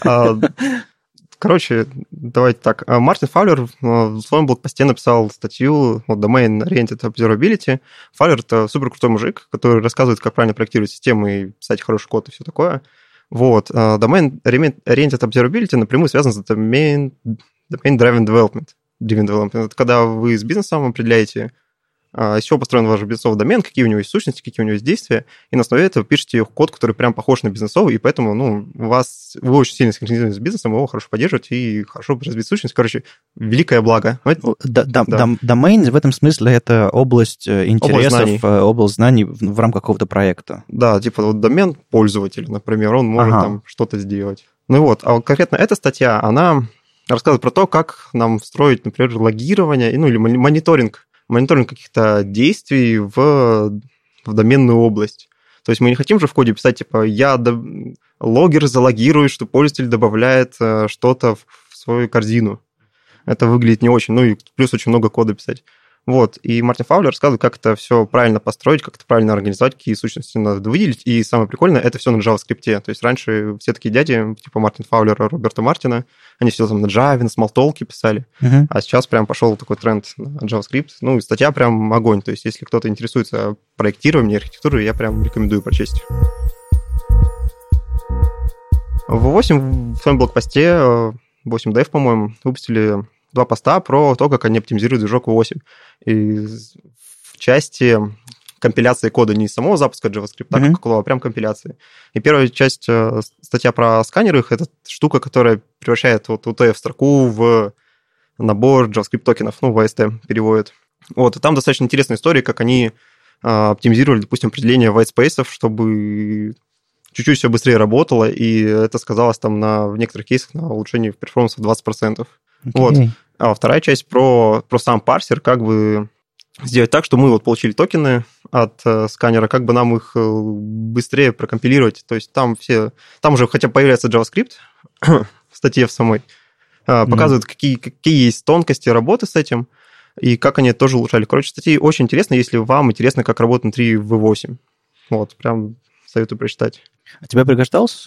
Короче, давайте так. Мартин Фаулер в своем блогпосте написал статью Domain Oriented Observability. Фаулер — это супер крутой мужик, который рассказывает, как правильно проектировать системы и писать хороший код и все такое. Вот. Domain Oriented Observability напрямую связан с Domain Driven Development. Это когда вы с бизнесом определяете, из чего построен ваш бизнесовый домен, какие у него есть сущности, какие у него есть действия, и на основе этого пишете код, который прям похож на бизнесовый, и поэтому вы очень сильно синхронизированы с бизнесом, его хорошо поддерживаете и хорошо развить сущность. Короче, великое благо. Domain в этом смысле это область интересов, область знаний в рамках какого-то проекта. Да, типа вот домен пользователя, например, он может там что-то сделать. Ну вот, а вот конкретно эта статья, она рассказывает про то, как нам встроить, например, логирование, или мониторинг каких-то действий в доменную область. То есть мы не хотим же в коде писать, типа, логер залогирует, что пользователь добавляет что-то в свою корзину. Это выглядит не очень, и плюс очень много кода писать. Вот, и Мартин Фаулер рассказывает, как это все правильно построить, как это правильно организовать, какие сущности надо выделить, и самое прикольное, это все на JavaScript. То есть раньше все такие дяди, типа Мартин Фаулера, Роберта Мартина, они все там на Java, на Smalltalk писали, а сейчас прям пошел такой тренд на JavaScript. И статья прям огонь, то есть если кто-то интересуется проектированием, архитектурой, я прям рекомендую прочесть. В V8 в своем блогпосте, 8dev, по-моему, выпустили 2 поста про то, как они оптимизируют движок V8. И в части компиляции кода не самого запуска JavaScript, а прям компиляции. И первая часть, статья про сканеры, это штука, которая превращает UTF-строку в набор JavaScript токенов, VST переводит. Вот, и там достаточно интересная история, как они оптимизировали, допустим, определение whitespace, чтобы чуть-чуть все быстрее работало, и это сказалось там в некоторых кейсах на улучшении перформанса в 20%. Вот. А вторая часть про сам парсер, как бы сделать так, что мы получили токены от сканера, как бы нам их быстрее прокомпилировать. То есть там уже хотя бы появляется JavaScript в статье в самой, показывают, какие есть тонкости работы с этим, и как они это тоже улучшали. Короче, статьи очень интересны, если вам интересно, как работать внутри V8. Вот, прям советую прочитать. А тебе пригождалось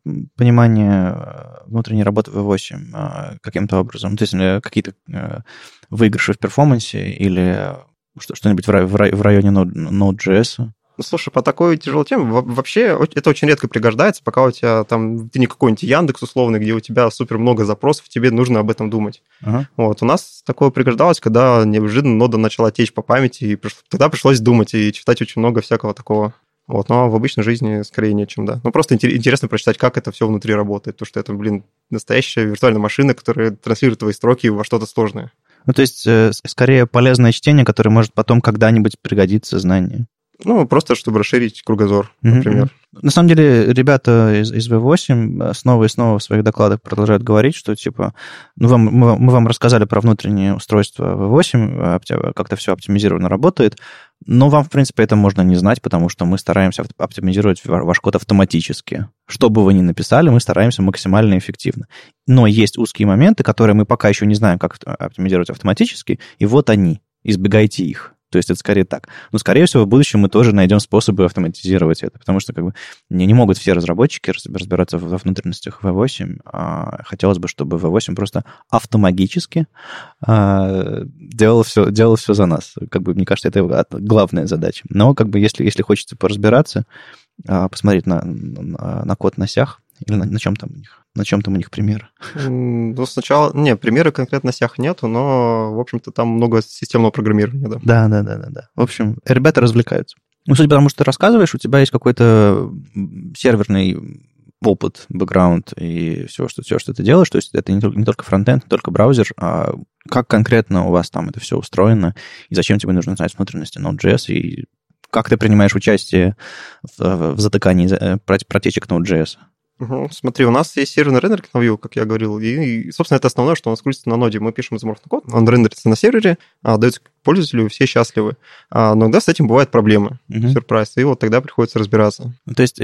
понимание внутренней работы V8 каким-то образом? То есть какие-то выигрыши в перформансе или что-нибудь в районе Node.js? Слушай, по такой тяжелой теме вообще это очень редко пригождается, пока у тебя ты не какой-нибудь Яндекс условный, где у тебя супер много запросов, тебе нужно об этом думать. Вот. У нас такое пригождалось, когда неожиданно нода начала течь по памяти, и тогда пришлось думать и читать очень много всякого такого. Вот, но в обычной жизни скорее нечем, да. Просто интересно прочитать, как это все внутри работает, потому что это, настоящая виртуальная машина, которая транслирует твои строки во что-то сложное. То есть, скорее полезное чтение, которое может потом когда-нибудь пригодиться знанию. Просто чтобы расширить кругозор, например. На самом деле, ребята из V8 снова и снова в своих докладах продолжают говорить, что, типа, мы вам рассказали про внутреннее устройство V8, как-то все оптимизированно работает, но вам, в принципе, это можно не знать, потому что мы стараемся оптимизировать ваш код автоматически. Что бы вы ни написали, мы стараемся максимально эффективно. Но есть узкие моменты, которые мы пока еще не знаем, как оптимизировать автоматически, и вот они. Избегайте их. То есть это скорее так. Но, скорее всего, в будущем мы тоже найдем способы автоматизировать это, потому что как бы не могут все разработчики разбираться во внутренностях V8. Хотелось бы, чтобы V8 просто автоматически делал все за нас. Как бы, мне кажется, это главная задача. Но как бы если хочется поразбираться, посмотреть на код на сях, или на чем там у них примеры? Ну, сначала... примеры конкретно на сях нету, но, в общем-то, там много системного программирования, да. Да. В общем, ребята развлекаются. Ну, судя по тому, что ты рассказываешь, у тебя есть какой-то серверный опыт, бэкграунд и все, что ты делаешь. То есть это не только фронтенд, не только браузер, а как конкретно у вас там это все устроено, и зачем тебе нужно знать внутренности Node.js, и как ты принимаешь участие в затыкании протечек Node.js? Смотри, у нас есть серверный рендеринг на Vue, как я говорил, и, собственно, это основное, что у нас крутится на ноде. Мы пишем изоморфный код, он рендерится на сервере, дается пользователю, все счастливы. Но иногда с этим бывают проблемы, сюрприз, и вот тогда приходится разбираться. То есть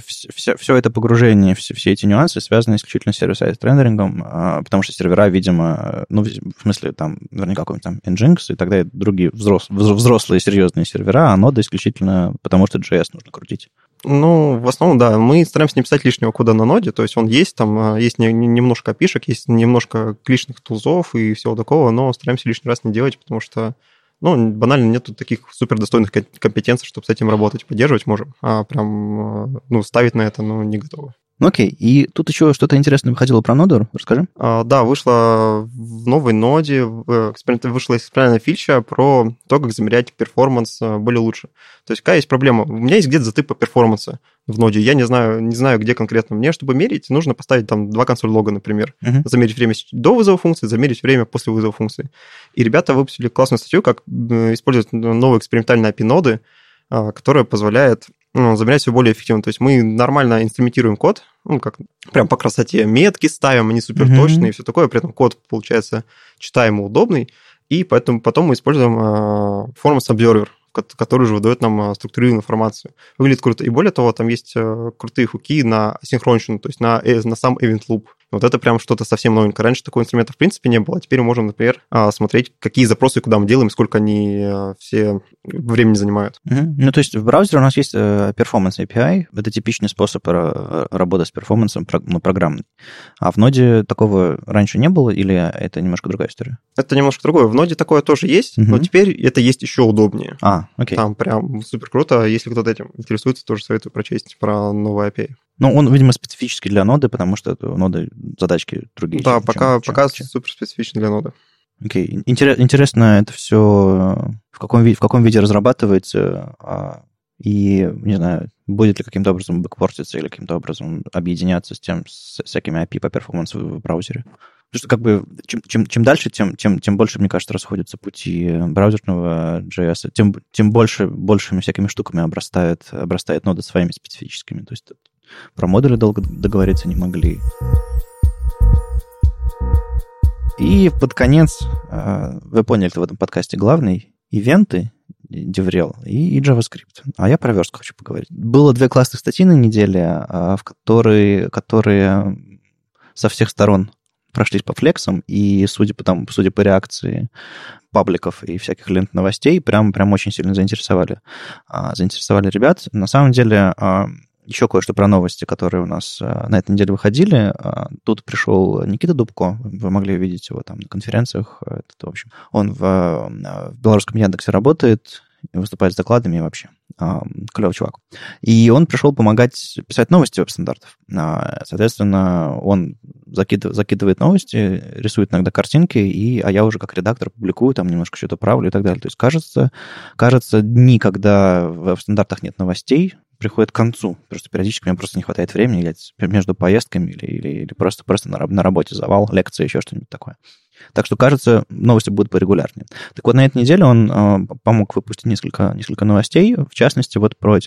все это погружение, все эти нюансы связаны исключительно с сервер-сайд рендерингом, потому что сервера, видимо, в смысле, там, наверняка какой-нибудь там Nginx и так далее, другие взрослые серьезные сервера, а нода исключительно потому, что JS нужно крутить. Ну, в основном, да. Мы стараемся не писать лишнего кода на ноде, то есть он есть, там есть немножко API-шек, есть немножко лишних тулзов и всего такого, но стараемся лишний раз не делать, потому что, банально нету таких супердостойных компетенций, чтобы с этим работать, поддерживать можем, а прям, ставить на это, не готовы. Окей, и тут еще что-то интересное выходило про ноду, расскажи. Да, вышла в новой ноде, вышла экспериментальная фича про то, как замерять перформанс более лучше. То есть какая есть проблема? У меня есть где-то затык по перформансу в ноде, я не знаю, где конкретно. Мне, чтобы мерить, нужно поставить там 2 консоль-лога, например. Замерить время до вызова функции, замерить время после вызова функции. И ребята выпустили классную статью, как использовать новые экспериментальные API-ноды, которая позволяет замерять все более эффективно. То есть мы нормально инструментируем код, как прям по красоте метки ставим, они супер точные и все такое, при этом код получается читаемый, удобный, и поэтому потом мы используем Performance Observer, который уже выдает нам структурированную информацию. Выглядит круто. И более того, там есть крутые хуки на асинхронщину, то есть на сам event loop. Вот это прям что-то совсем новенькое. Раньше такого инструмента в принципе не было. А теперь мы можем, например, смотреть, какие запросы куда мы делаем, сколько они все времени занимают. Ну, то есть в браузере у нас есть Performance API. Это типичный способ работы с перформансом, программный. А в ноде такого раньше не было, или это немножко другая история? Это немножко другое. В ноде такое тоже есть, но теперь это есть еще удобнее. Окей. Там прям супер круто. Если кто-то этим интересуется, тоже советую прочесть про новый API. Ну, он, видимо, специфический для ноды, потому что у ноды задачки другие. Да, пока супер специфичный для ноды. Окей. Интересно, это все в каком виде разрабатывается, и, не знаю, будет ли каким-то образом бэкпортиться или каким-то образом объединяться с всякими API по перформансу в браузере. Потому что как бы чем дальше, тем больше, мне кажется, расходятся пути браузерного JS, тем большими всякими штуками обрастает нода своими специфическими. То есть про модули долго договориться не могли. И под конец, вы поняли, в этом подкасте главный ивенты, DevRel и JavaScript. А я про верстку хочу поговорить. Было 2 классных статьи на неделе, которые со всех сторон прошлись по флексам, и судя по реакции пабликов и всяких лент новостей, прям очень сильно заинтересовали ребят. На самом деле, еще кое-что про новости, которые у нас на этой неделе выходили. Тут пришел Никита Дубко, вы могли увидеть его там на конференциях. В общем, он в белорусском Яндексе работает, выступает с докладами и вообще. Клевый чувак. И он пришел помогать писать новости веб-стандартов. Соответственно, он закидывает новости, рисует иногда картинки, а я уже как редактор публикую, там немножко что-то правлю и так далее. То есть, кажется, дни, когда в веб-стандартах нет новостей, приходит к концу. Просто периодически мне просто не хватает времени между поездками или просто на работе завал, лекция, еще что-нибудь такое. Так что, кажется, новости будут порегулярнее. Так вот, на этой неделе он помог выпустить несколько новостей, в частности, вот про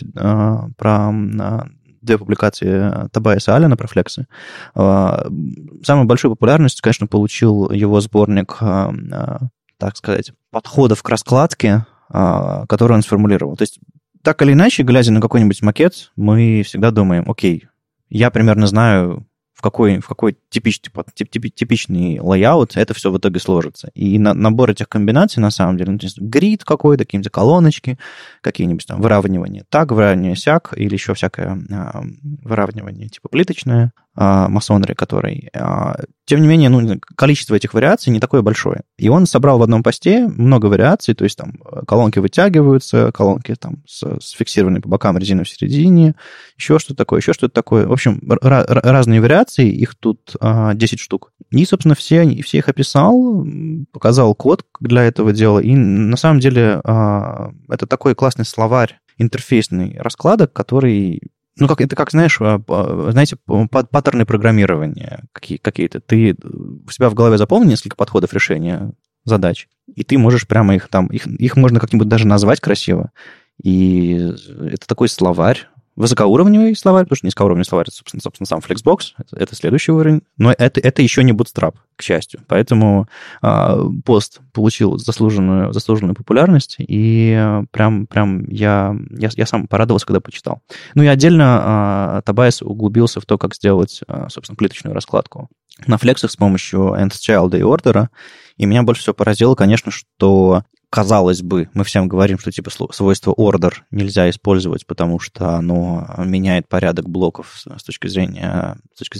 2 публикации Тобайаса Аллена про флексы. Самую большую популярность, конечно, получил его сборник, так сказать, подходов к раскладке, который он сформулировал. То есть, так или иначе, глядя на какой-нибудь макет, мы всегда думаем, окей, я примерно знаю, в какой типичный лейаут это все в итоге сложится. И набор этих комбинаций, на самом деле, грид какой-то, какие-нибудь колоночки, какие-нибудь там выравнивания так, выравнивания сяк, или еще всякое выравнивание типа плиточное, масонри, который... Тем не менее, количество этих вариаций не такое большое. И он собрал в одном посте много вариаций, то есть там колонки вытягиваются, колонки там сфиксированы по бокам, резиной в середине, еще что-то такое. В общем, разные вариации, их тут 10 штук. И, собственно, все их описал, показал код для этого дела, и на самом деле это такой классный словарь интерфейсный раскладок, который... знаете, паттерны программирования какие-то. Ты у себя в голове запомнил несколько подходов решения задач, и ты можешь прямо их можно как-нибудь даже назвать красиво. И это такой словарь, высокоуровневый словарь, потому что низкоуровневый словарь, это, собственно, сам Flexbox, это следующий уровень, но это еще не Bootstrap, к счастью. Поэтому пост получил заслуженную популярность, и прям я сам порадовался, когда почитал. Ну и отдельно Тобайас углубился в то, как сделать, собственно, плиточную раскладку на флексах с помощью nth-child и ордера. И меня больше всего поразило, конечно, что, казалось бы, мы всем говорим, что типа свойство order нельзя использовать, потому что оно меняет порядок блоков с точки зрения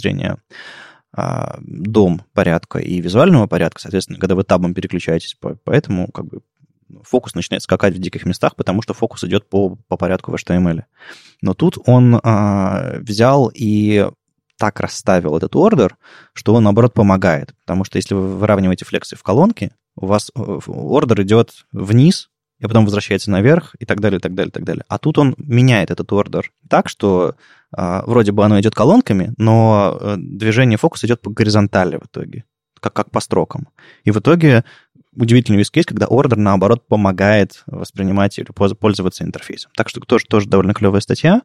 дом порядка и визуального порядка. Соответственно, когда вы табом переключаетесь, поэтому как бы фокус начинает скакать в диких местах, потому что фокус идет по порядку в HTML. Но тут он взял и так расставил этот ордер, что он, наоборот, помогает. Потому что если вы выравниваете флексы в колонке, у вас ордер идет вниз, и потом возвращается наверх, и так далее, и так далее, и так далее. А тут он меняет этот ордер так, что вроде бы оно идет колонками, но движение фокуса идет по горизонтали в итоге, как по строкам. И в итоге удивительный use case, когда ордер, наоборот, помогает воспринимать или пользоваться интерфейсом. Так что тоже довольно клевая статья.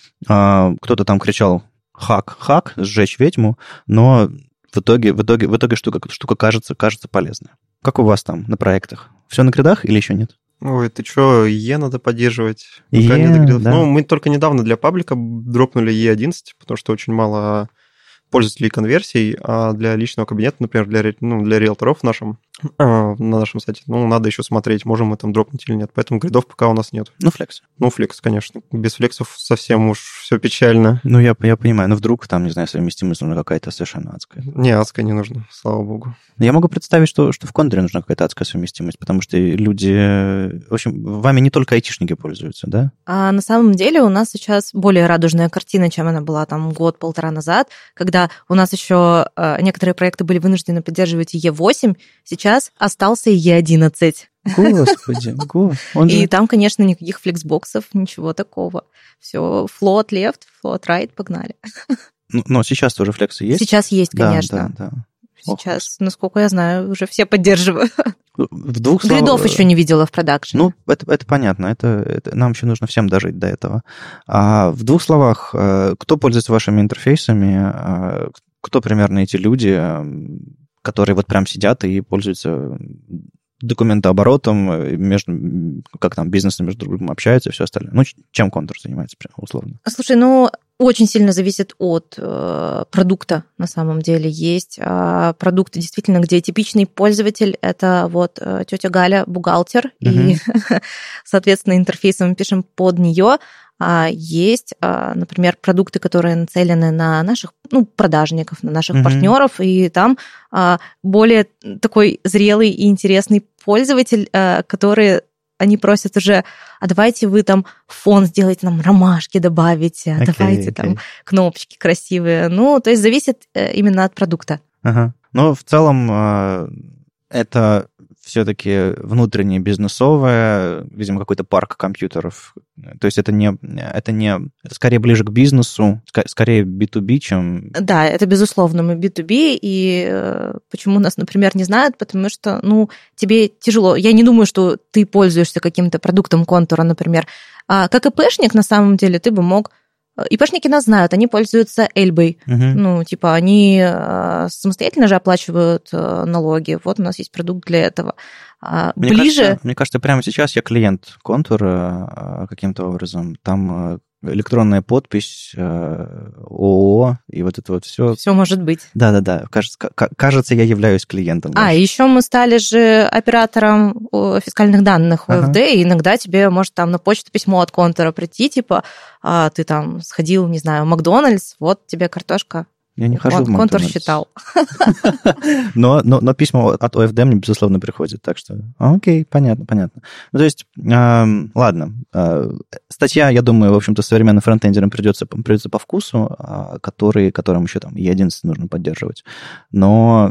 Кто-то там кричал хак, сжечь ведьму, но в итоге штука кажется полезной. Как у вас там на проектах? Все на гридах или еще нет? Ой, ты что, надо поддерживать. Да. Ну, мы только недавно для паблика дропнули E11, потому что очень мало пользователей конверсий, а для личного кабинета, например, для риэлторов на нашем сайте, надо еще смотреть, можем мы там дропнуть или нет. Поэтому гридов пока у нас нет. Флекс. Флекс, конечно. Без флексов совсем уж все печально. Я понимаю. Но вдруг там, не знаю, совместимость нужна какая-то совершенно адская. Не, адская не нужна, слава богу. Я могу представить, что в контуре нужна какая-то адская совместимость, потому что люди... В общем, вами не только айтишники пользуются, да? А на самом деле у нас сейчас более радужная картина, чем она была там год-полтора назад, когда у нас еще некоторые проекты были вынуждены поддерживать E8, сейчас остался E11. Господи. И там, конечно, никаких флексбоксов, ничего такого. Все, float left, float right, погнали. Но сейчас тоже флексы есть? Сейчас есть, конечно. Да. Сейчас, насколько я знаю, уже все поддерживают. В двух словах... Гридов еще не видела в продакшене. Это понятно. Это нам еще нужно всем дожить до этого. А в двух словах, кто пользуется вашими интерфейсами, кто примерно эти люди, которые вот прям сидят и пользуются документооборотом, как там бизнесы между другом общаются и все остальное. Чем контур занимается, условно? Слушай, очень сильно зависит от продукта, на самом деле. Есть продукты, действительно, где типичный пользователь — это вот тетя Галя, бухгалтер, и, соответственно, интерфейсом мы пишем под нее. Есть, например, продукты, которые нацелены на наших продажников, на наших партнеров, и там более такой зрелый и интересный пользователь, который... Они просят уже, давайте вы там фон сделайте, нам ромашки добавите, давайте там кнопочки красивые. То есть зависит именно от продукта. Ага. Но в целом это все-таки внутреннее бизнесовое, видимо, какой-то парк компьютеров. То есть это скорее ближе к бизнесу, скорее B2B, чем... Да, это безусловно, мы B2B, и почему нас, например, не знают, потому что, тебе тяжело. Я не думаю, что ты пользуешься каким-то продуктом контура, например. Как ИПшник, на самом деле, ты бы мог... ИПшники нас знают, они пользуются Эльбой. Они самостоятельно же оплачивают налоги. Вот у нас есть продукт для этого. Мне кажется, прямо сейчас я клиент контура каким-то образом. Там электронная подпись, ООО и вот это вот все. Все может быть. Да. Кажется, я являюсь клиентом. И еще мы стали же оператором фискальных данных ОФД, и иногда тебе может там на почту письмо от Контора прийти, типа, ты там сходил, не знаю, в Макдональдс, вот тебе картошка. Я не хожу в Макдональдс. Контур считал. Но письма от ОФД мне, безусловно, приходят, так что окей, понятно. Ну, то есть, ладно, статья, я думаю, в общем-то, современным фронтендерам придется по вкусу, которым еще там E11 нужно поддерживать, но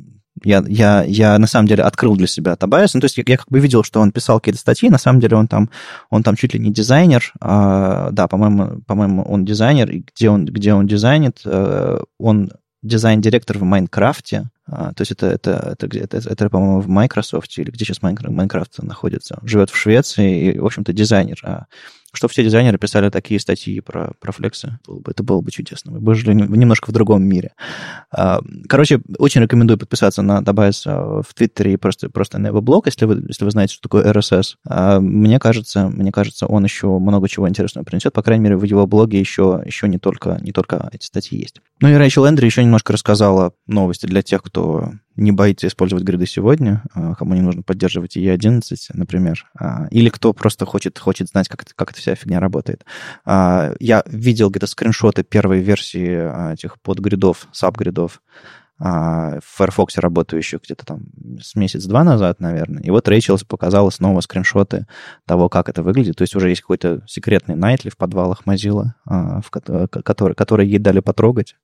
я на самом деле открыл для себя Tobias. Ну, то есть я как бы видел, что он писал какие-то статьи, на самом деле он там чуть ли не дизайнер. Да, по-моему, он дизайнер, и где он дизайнит, он дизайн-директор в Майнкрафте. То есть это, по-моему, в Microsoft, или где сейчас Майнкрафт находится. Живет в Швеции и, в общем-то, дизайнер. Что все дизайнеры писали такие статьи про флексы, это было бы чудесно. Мы бы жили немножко в другом мире. Короче, очень рекомендую подписаться на Tobias в Твиттере и просто на его блог, если вы знаете, что такое RSS. Мне кажется, он еще много чего интересного принесет. По крайней мере, в его блоге еще не только эти статьи есть. Ну и Рэйчел Эндри еще немножко рассказала новости для тех, кто не боится использовать гриды сегодня, кому не нужно поддерживать E11, например, или кто просто хочет знать, как эта вся фигня работает. Я видел где-то скриншоты первой версии этих подгридов, сабгридов в Firefox работающих где-то там с месяц-два назад, наверное. И вот Рэйчел показала снова скриншоты того, как это выглядит. То есть уже есть какой-то секретный Nightly в подвалах Mozilla, который ей дали потрогать.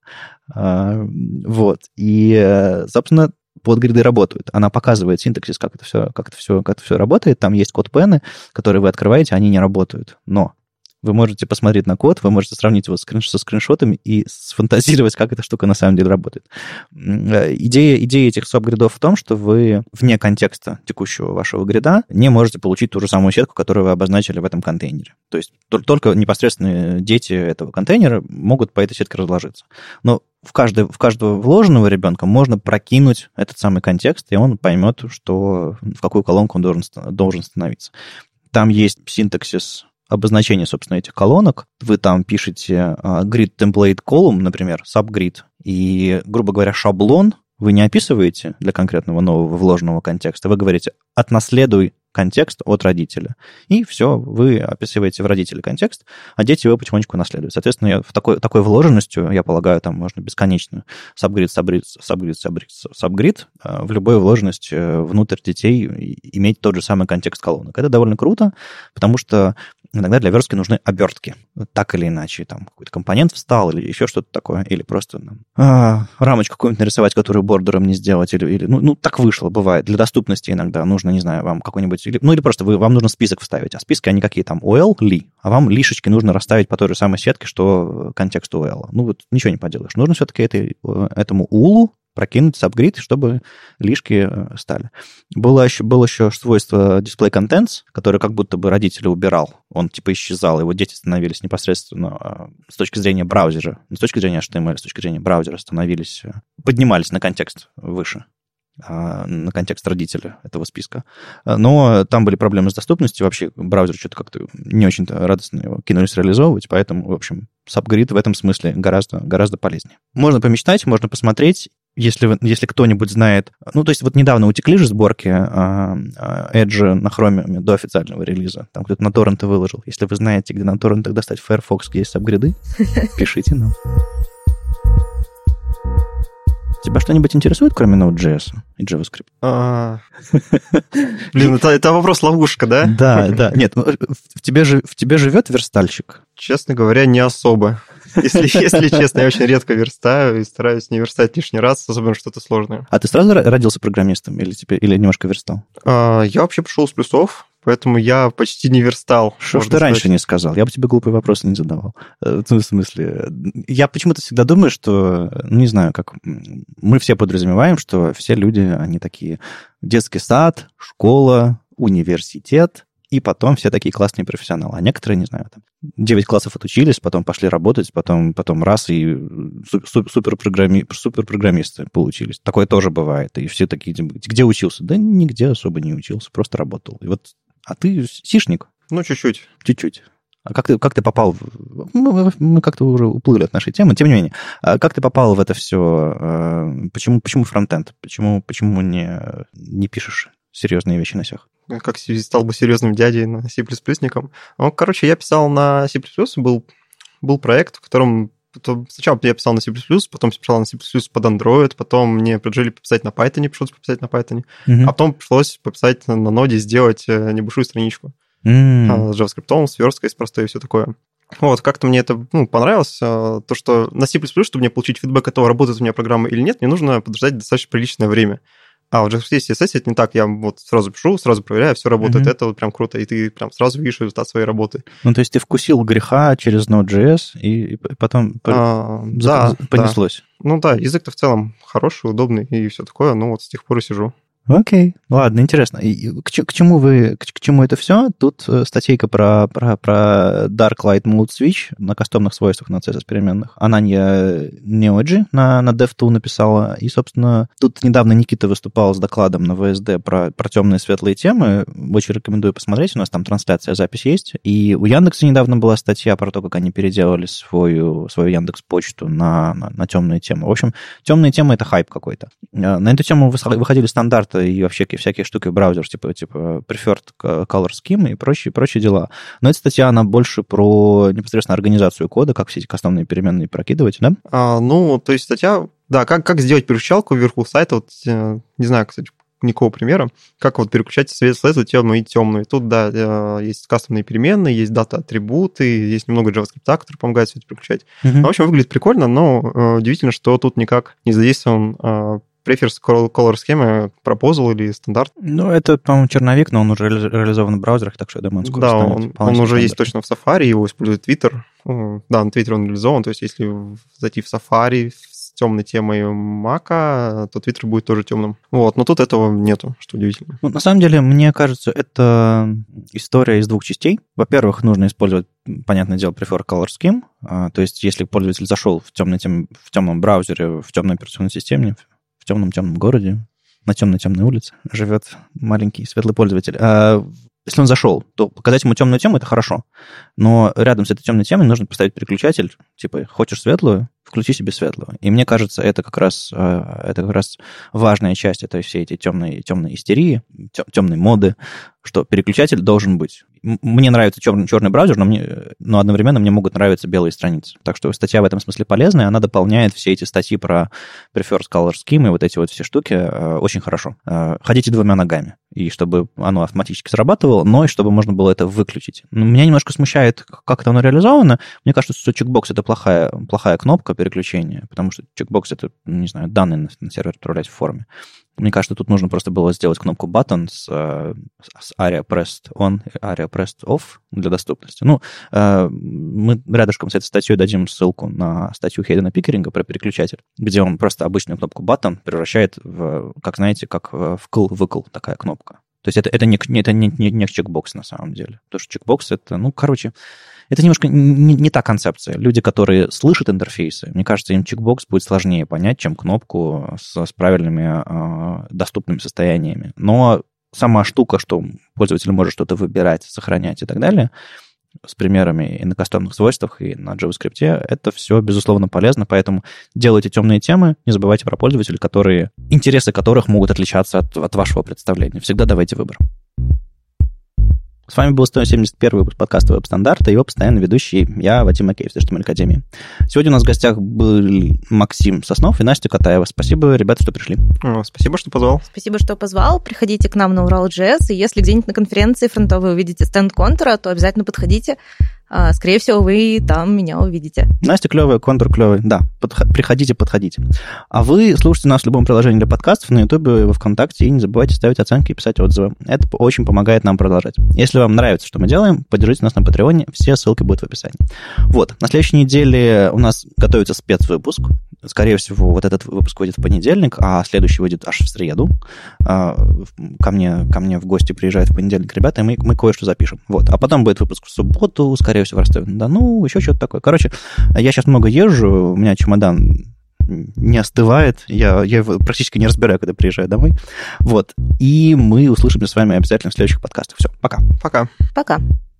Вот. И, собственно, подгриды работают. Она показывает синтаксис, как это все работает. Там есть код пены, который вы открываете, они не работают. Но вы можете посмотреть на код, вы можете сравнить его со скриншотами и сфантазировать, как эта штука на самом деле работает. Идея этих сабгридов в том, что вы вне контекста текущего вашего грида не можете получить ту же самую сетку, которую вы обозначили в этом контейнере. То есть только непосредственные дети этого контейнера могут по этой сетке разложиться. Но в каждого вложенного ребенка можно прокинуть этот самый контекст, и он поймет, в какую колонку он должен становиться. Там есть синтаксис обозначение, собственно, этих колонок. Вы там пишете grid template column, например, subgrid, и, грубо говоря, шаблон вы не описываете для конкретного нового вложенного контекста. Вы говорите «отнаследуй контекст от родителя». И все, вы описываете в родителе контекст, а дети его потихонечку наследуют. Соответственно, такой вложенностью, я полагаю, там можно бесконечно subgrid в любой вложенности внутрь детей иметь тот же самый контекст колонок. Это довольно круто, потому что иногда для верстки нужны обертки. Так или иначе, там какой-то компонент встал или еще что-то такое, или просто рамочку какую-нибудь нарисовать, которую бордером не сделать, или так вышло, бывает. Для доступности иногда нужно, не знаю, вам какой-нибудь, или просто вам нужно список вставить, а списки, они какие там, OL, ли, а вам лишечки нужно расставить по той же самой сетке, что контекст OL. Ничего не поделаешь. Нужно все-таки этому улу прокинуть subgrid, чтобы лишки стали. Было еще свойство display contents, которое как будто бы родители убирал. Он типа исчезал, его дети становились непосредственно с точки зрения браузера, не с точки зрения HTML, с точки зрения браузера поднимались на контекст выше, на контекст родителя этого списка. Но там были проблемы с доступностью, вообще браузер что-то как-то не очень-то радостно его кинулись реализовывать, поэтому, в общем, subgrid в этом смысле гораздо, гораздо полезнее. Можно помечтать, можно посмотреть. Если кто-нибудь знает... то есть вот недавно утекли же сборки Edge на Chromium до официального релиза. Там кто-то на торренты выложил. Если вы знаете, где на торрентах достать Firefox, где есть сабгриды, пишите нам. Тебя что-нибудь интересует, кроме Node.js и JavaScript? Блин, это вопрос-ловушка, да? Да. Нет, в тебе живет верстальщик? Честно говоря, не особо. Если честно, я очень редко верстаю и стараюсь не верстать лишний раз, особенно что-то сложное. А ты сразу родился программистом или немножко верстал? Я вообще пришел с плюсов, поэтому я почти не верстал. Что ж ты раньше не сказал? Я бы тебе глупые вопросы не задавал. В смысле, я почему-то всегда думаю, что, не знаю, как мы все подразумеваем, что все люди, они такие детский сад, школа, университет, и потом все такие классные профессионалы. А некоторые, не знаю, там 9 классов отучились, потом пошли работать, потом раз, и суперпрограммисты получились. Такое тоже бывает. И все такие, где учился? Да нигде особо не учился, просто работал. И вот, а ты сишник? Чуть-чуть. Чуть-чуть. Как ты попал... Мы как-то уже уплыли от нашей темы, тем не менее. Как ты попал в это все? Почему фронтенд? Почему не пишешь серьезные вещи на сях? Как стал бы серьезным дядей на C++. Ну, короче, я писал на C++, был проект, в котором сначала я писал на C++, потом писал на C++ под Android, потом мне предложили пописать на Python, а потом пришлось пописать на ноде, сделать небольшую страничку с JavaScript, с версткой, с простой и все такое. Вот, как-то мне это понравилось, то, что на C++, чтобы мне получить фидбэк от того, работает у меня программа или нет, мне нужно подождать достаточно приличное время. А в JavaScript и CSS это не так. Я вот сразу пишу, сразу проверяю, все работает. Это вот прям круто, и ты прям сразу видишь результат своей работы. Ну, то есть ты вкусил греха через Node.js, и потом понеслось. Да. Ну да, язык-то в целом хороший, удобный и все такое, но вот с тех пор и сижу. Окей, ладно, интересно. К чему это все? Тут статейка про Dark Light Mode Switch на кастомных свойствах на CSS переменных. Она не OG на Dev2 написала. И, собственно, тут недавно Никита выступал с докладом на VSD про темные и светлые темы. Очень рекомендую посмотреть. У нас там трансляция, запись есть. И у Яндекса недавно была статья про то, как они переделали свою Яндекс.Почту на темные темы. В общем, темные темы — это хайп какой-то. На эту тему выходили стандарты и вообще всякие штуки в браузер, типа Preferred Color Scheme и прочие дела. Но эта статья, она больше про непосредственно организацию кода, как все эти кастомные переменные прокидывать, да? То есть статья, да, как сделать переключалку вверху сайта, вот, не знаю, кстати, никакого примера, как вот переключать светлый, темный и темный. Тут, да, есть кастомные переменные, есть дата-атрибуты, есть немного JavaScript, который помогает все это переключать. В общем, выглядит прикольно, но удивительно, что тут никак не задействован Prefers Color Scheme, Proposal или стандарт. Ну, это, по-моему, черновик, но он уже реализован в браузерах, так что я думаю, он скоро станет. Да, он уже есть точно в Safari, его использует Twitter. Да, на Twitter он реализован, то есть если зайти в Safari с темной темой Mac, то Twitter будет тоже темным. Вот, но тут этого нету, что удивительно. Ну, на самом деле, мне кажется, это история из двух частей. Во-первых, нужно использовать, понятное дело, Prefer Color Scheme, то есть если пользователь зашел в темном браузере, в темной операционной системе, в темном городе, на темной улице живет маленький светлый пользователь. Если он зашел, то показать ему темную тему — это хорошо. Но рядом с этой темной темой нужно поставить переключатель, типа, хочешь светлую, включи себе светлую. И мне кажется, это как раз важная часть этой всей этой темной истерии, темной моды, что переключатель должен быть. Мне нравится черный браузер, но одновременно мне могут нравиться белые страницы. Так что статья в этом смысле полезная, она дополняет все эти статьи про Preferred Color Scheme и вот эти вот все штуки очень хорошо. Ходите двумя ногами, и чтобы оно автоматически срабатывало, но и чтобы можно было это выключить. Меня немножко смущает, как это оно реализовано. Мне кажется, что чекбокс — это плохая кнопка переключения, потому что чекбокс — это, не знаю, данные на сервер отправлять в форме. Мне кажется, тут нужно просто было сделать кнопку button с ARIA pressed on и ARIA pressed off для доступности. Мы рядышком с этой статьей дадим ссылку на статью Хейдена Пикеринга про переключатель, где он просто обычную кнопку button превращает в, как знаете, как вкл-выкл такая кнопка. То есть это не чекбокс на самом деле. Потому что чекбокс — это, это немножко не та концепция. Люди, которые слышат интерфейсы, мне кажется, им чекбокс будет сложнее понять, чем кнопку с правильными доступными состояниями. Но сама штука, что пользователь может что-то выбирать, сохранять и так далее, с примерами и на кастомных свойствах, и на JavaScript, это все, безусловно, полезно, поэтому делайте темные темы, не забывайте про пользователей, интересы которых могут отличаться от вашего представления. Всегда давайте выбор. С вами был 171 выпуск подкаста «Веб-стандарты» и его постоянный ведущий, я, Вадим Макеев из HTML Академии. Сегодня у нас в гостях был Максим Соснов и Настя Катаева. Спасибо, ребята, что пришли. Спасибо, что позвал. Спасибо, что позвал. Приходите к нам на Урал.js, и если где-нибудь на конференции фронтовой увидите стенд Контура, то обязательно подходите. Скорее всего, вы там меня увидите. Настя клевая, Контур клевый. Да, приходите, подходите. А вы слушайте нас в любом приложении для подкастов, на Ютубе, во Вконтакте, и не забывайте ставить оценки и писать отзывы. Это очень помогает нам продолжать. Если вам нравится, что мы делаем, поддержите нас на Патреоне, все ссылки будут в описании. Вот, на следующей неделе у нас готовится спецвыпуск. Скорее всего, вот этот выпуск выйдет в понедельник, а следующий выйдет аж в среду. Ко мне в гости приезжают в понедельник ребята, и мы кое-что запишем. Вот. А потом будет выпуск в субботу, скорее всего, в Ростове-на-Дону, еще что-то такое. Короче, я сейчас много езжу, у меня чемодан не остывает, я его практически не разбираю, когда приезжаю домой. Вот. И мы услышимся с вами обязательно в следующих подкастах. Все, пока. Пока. Пока.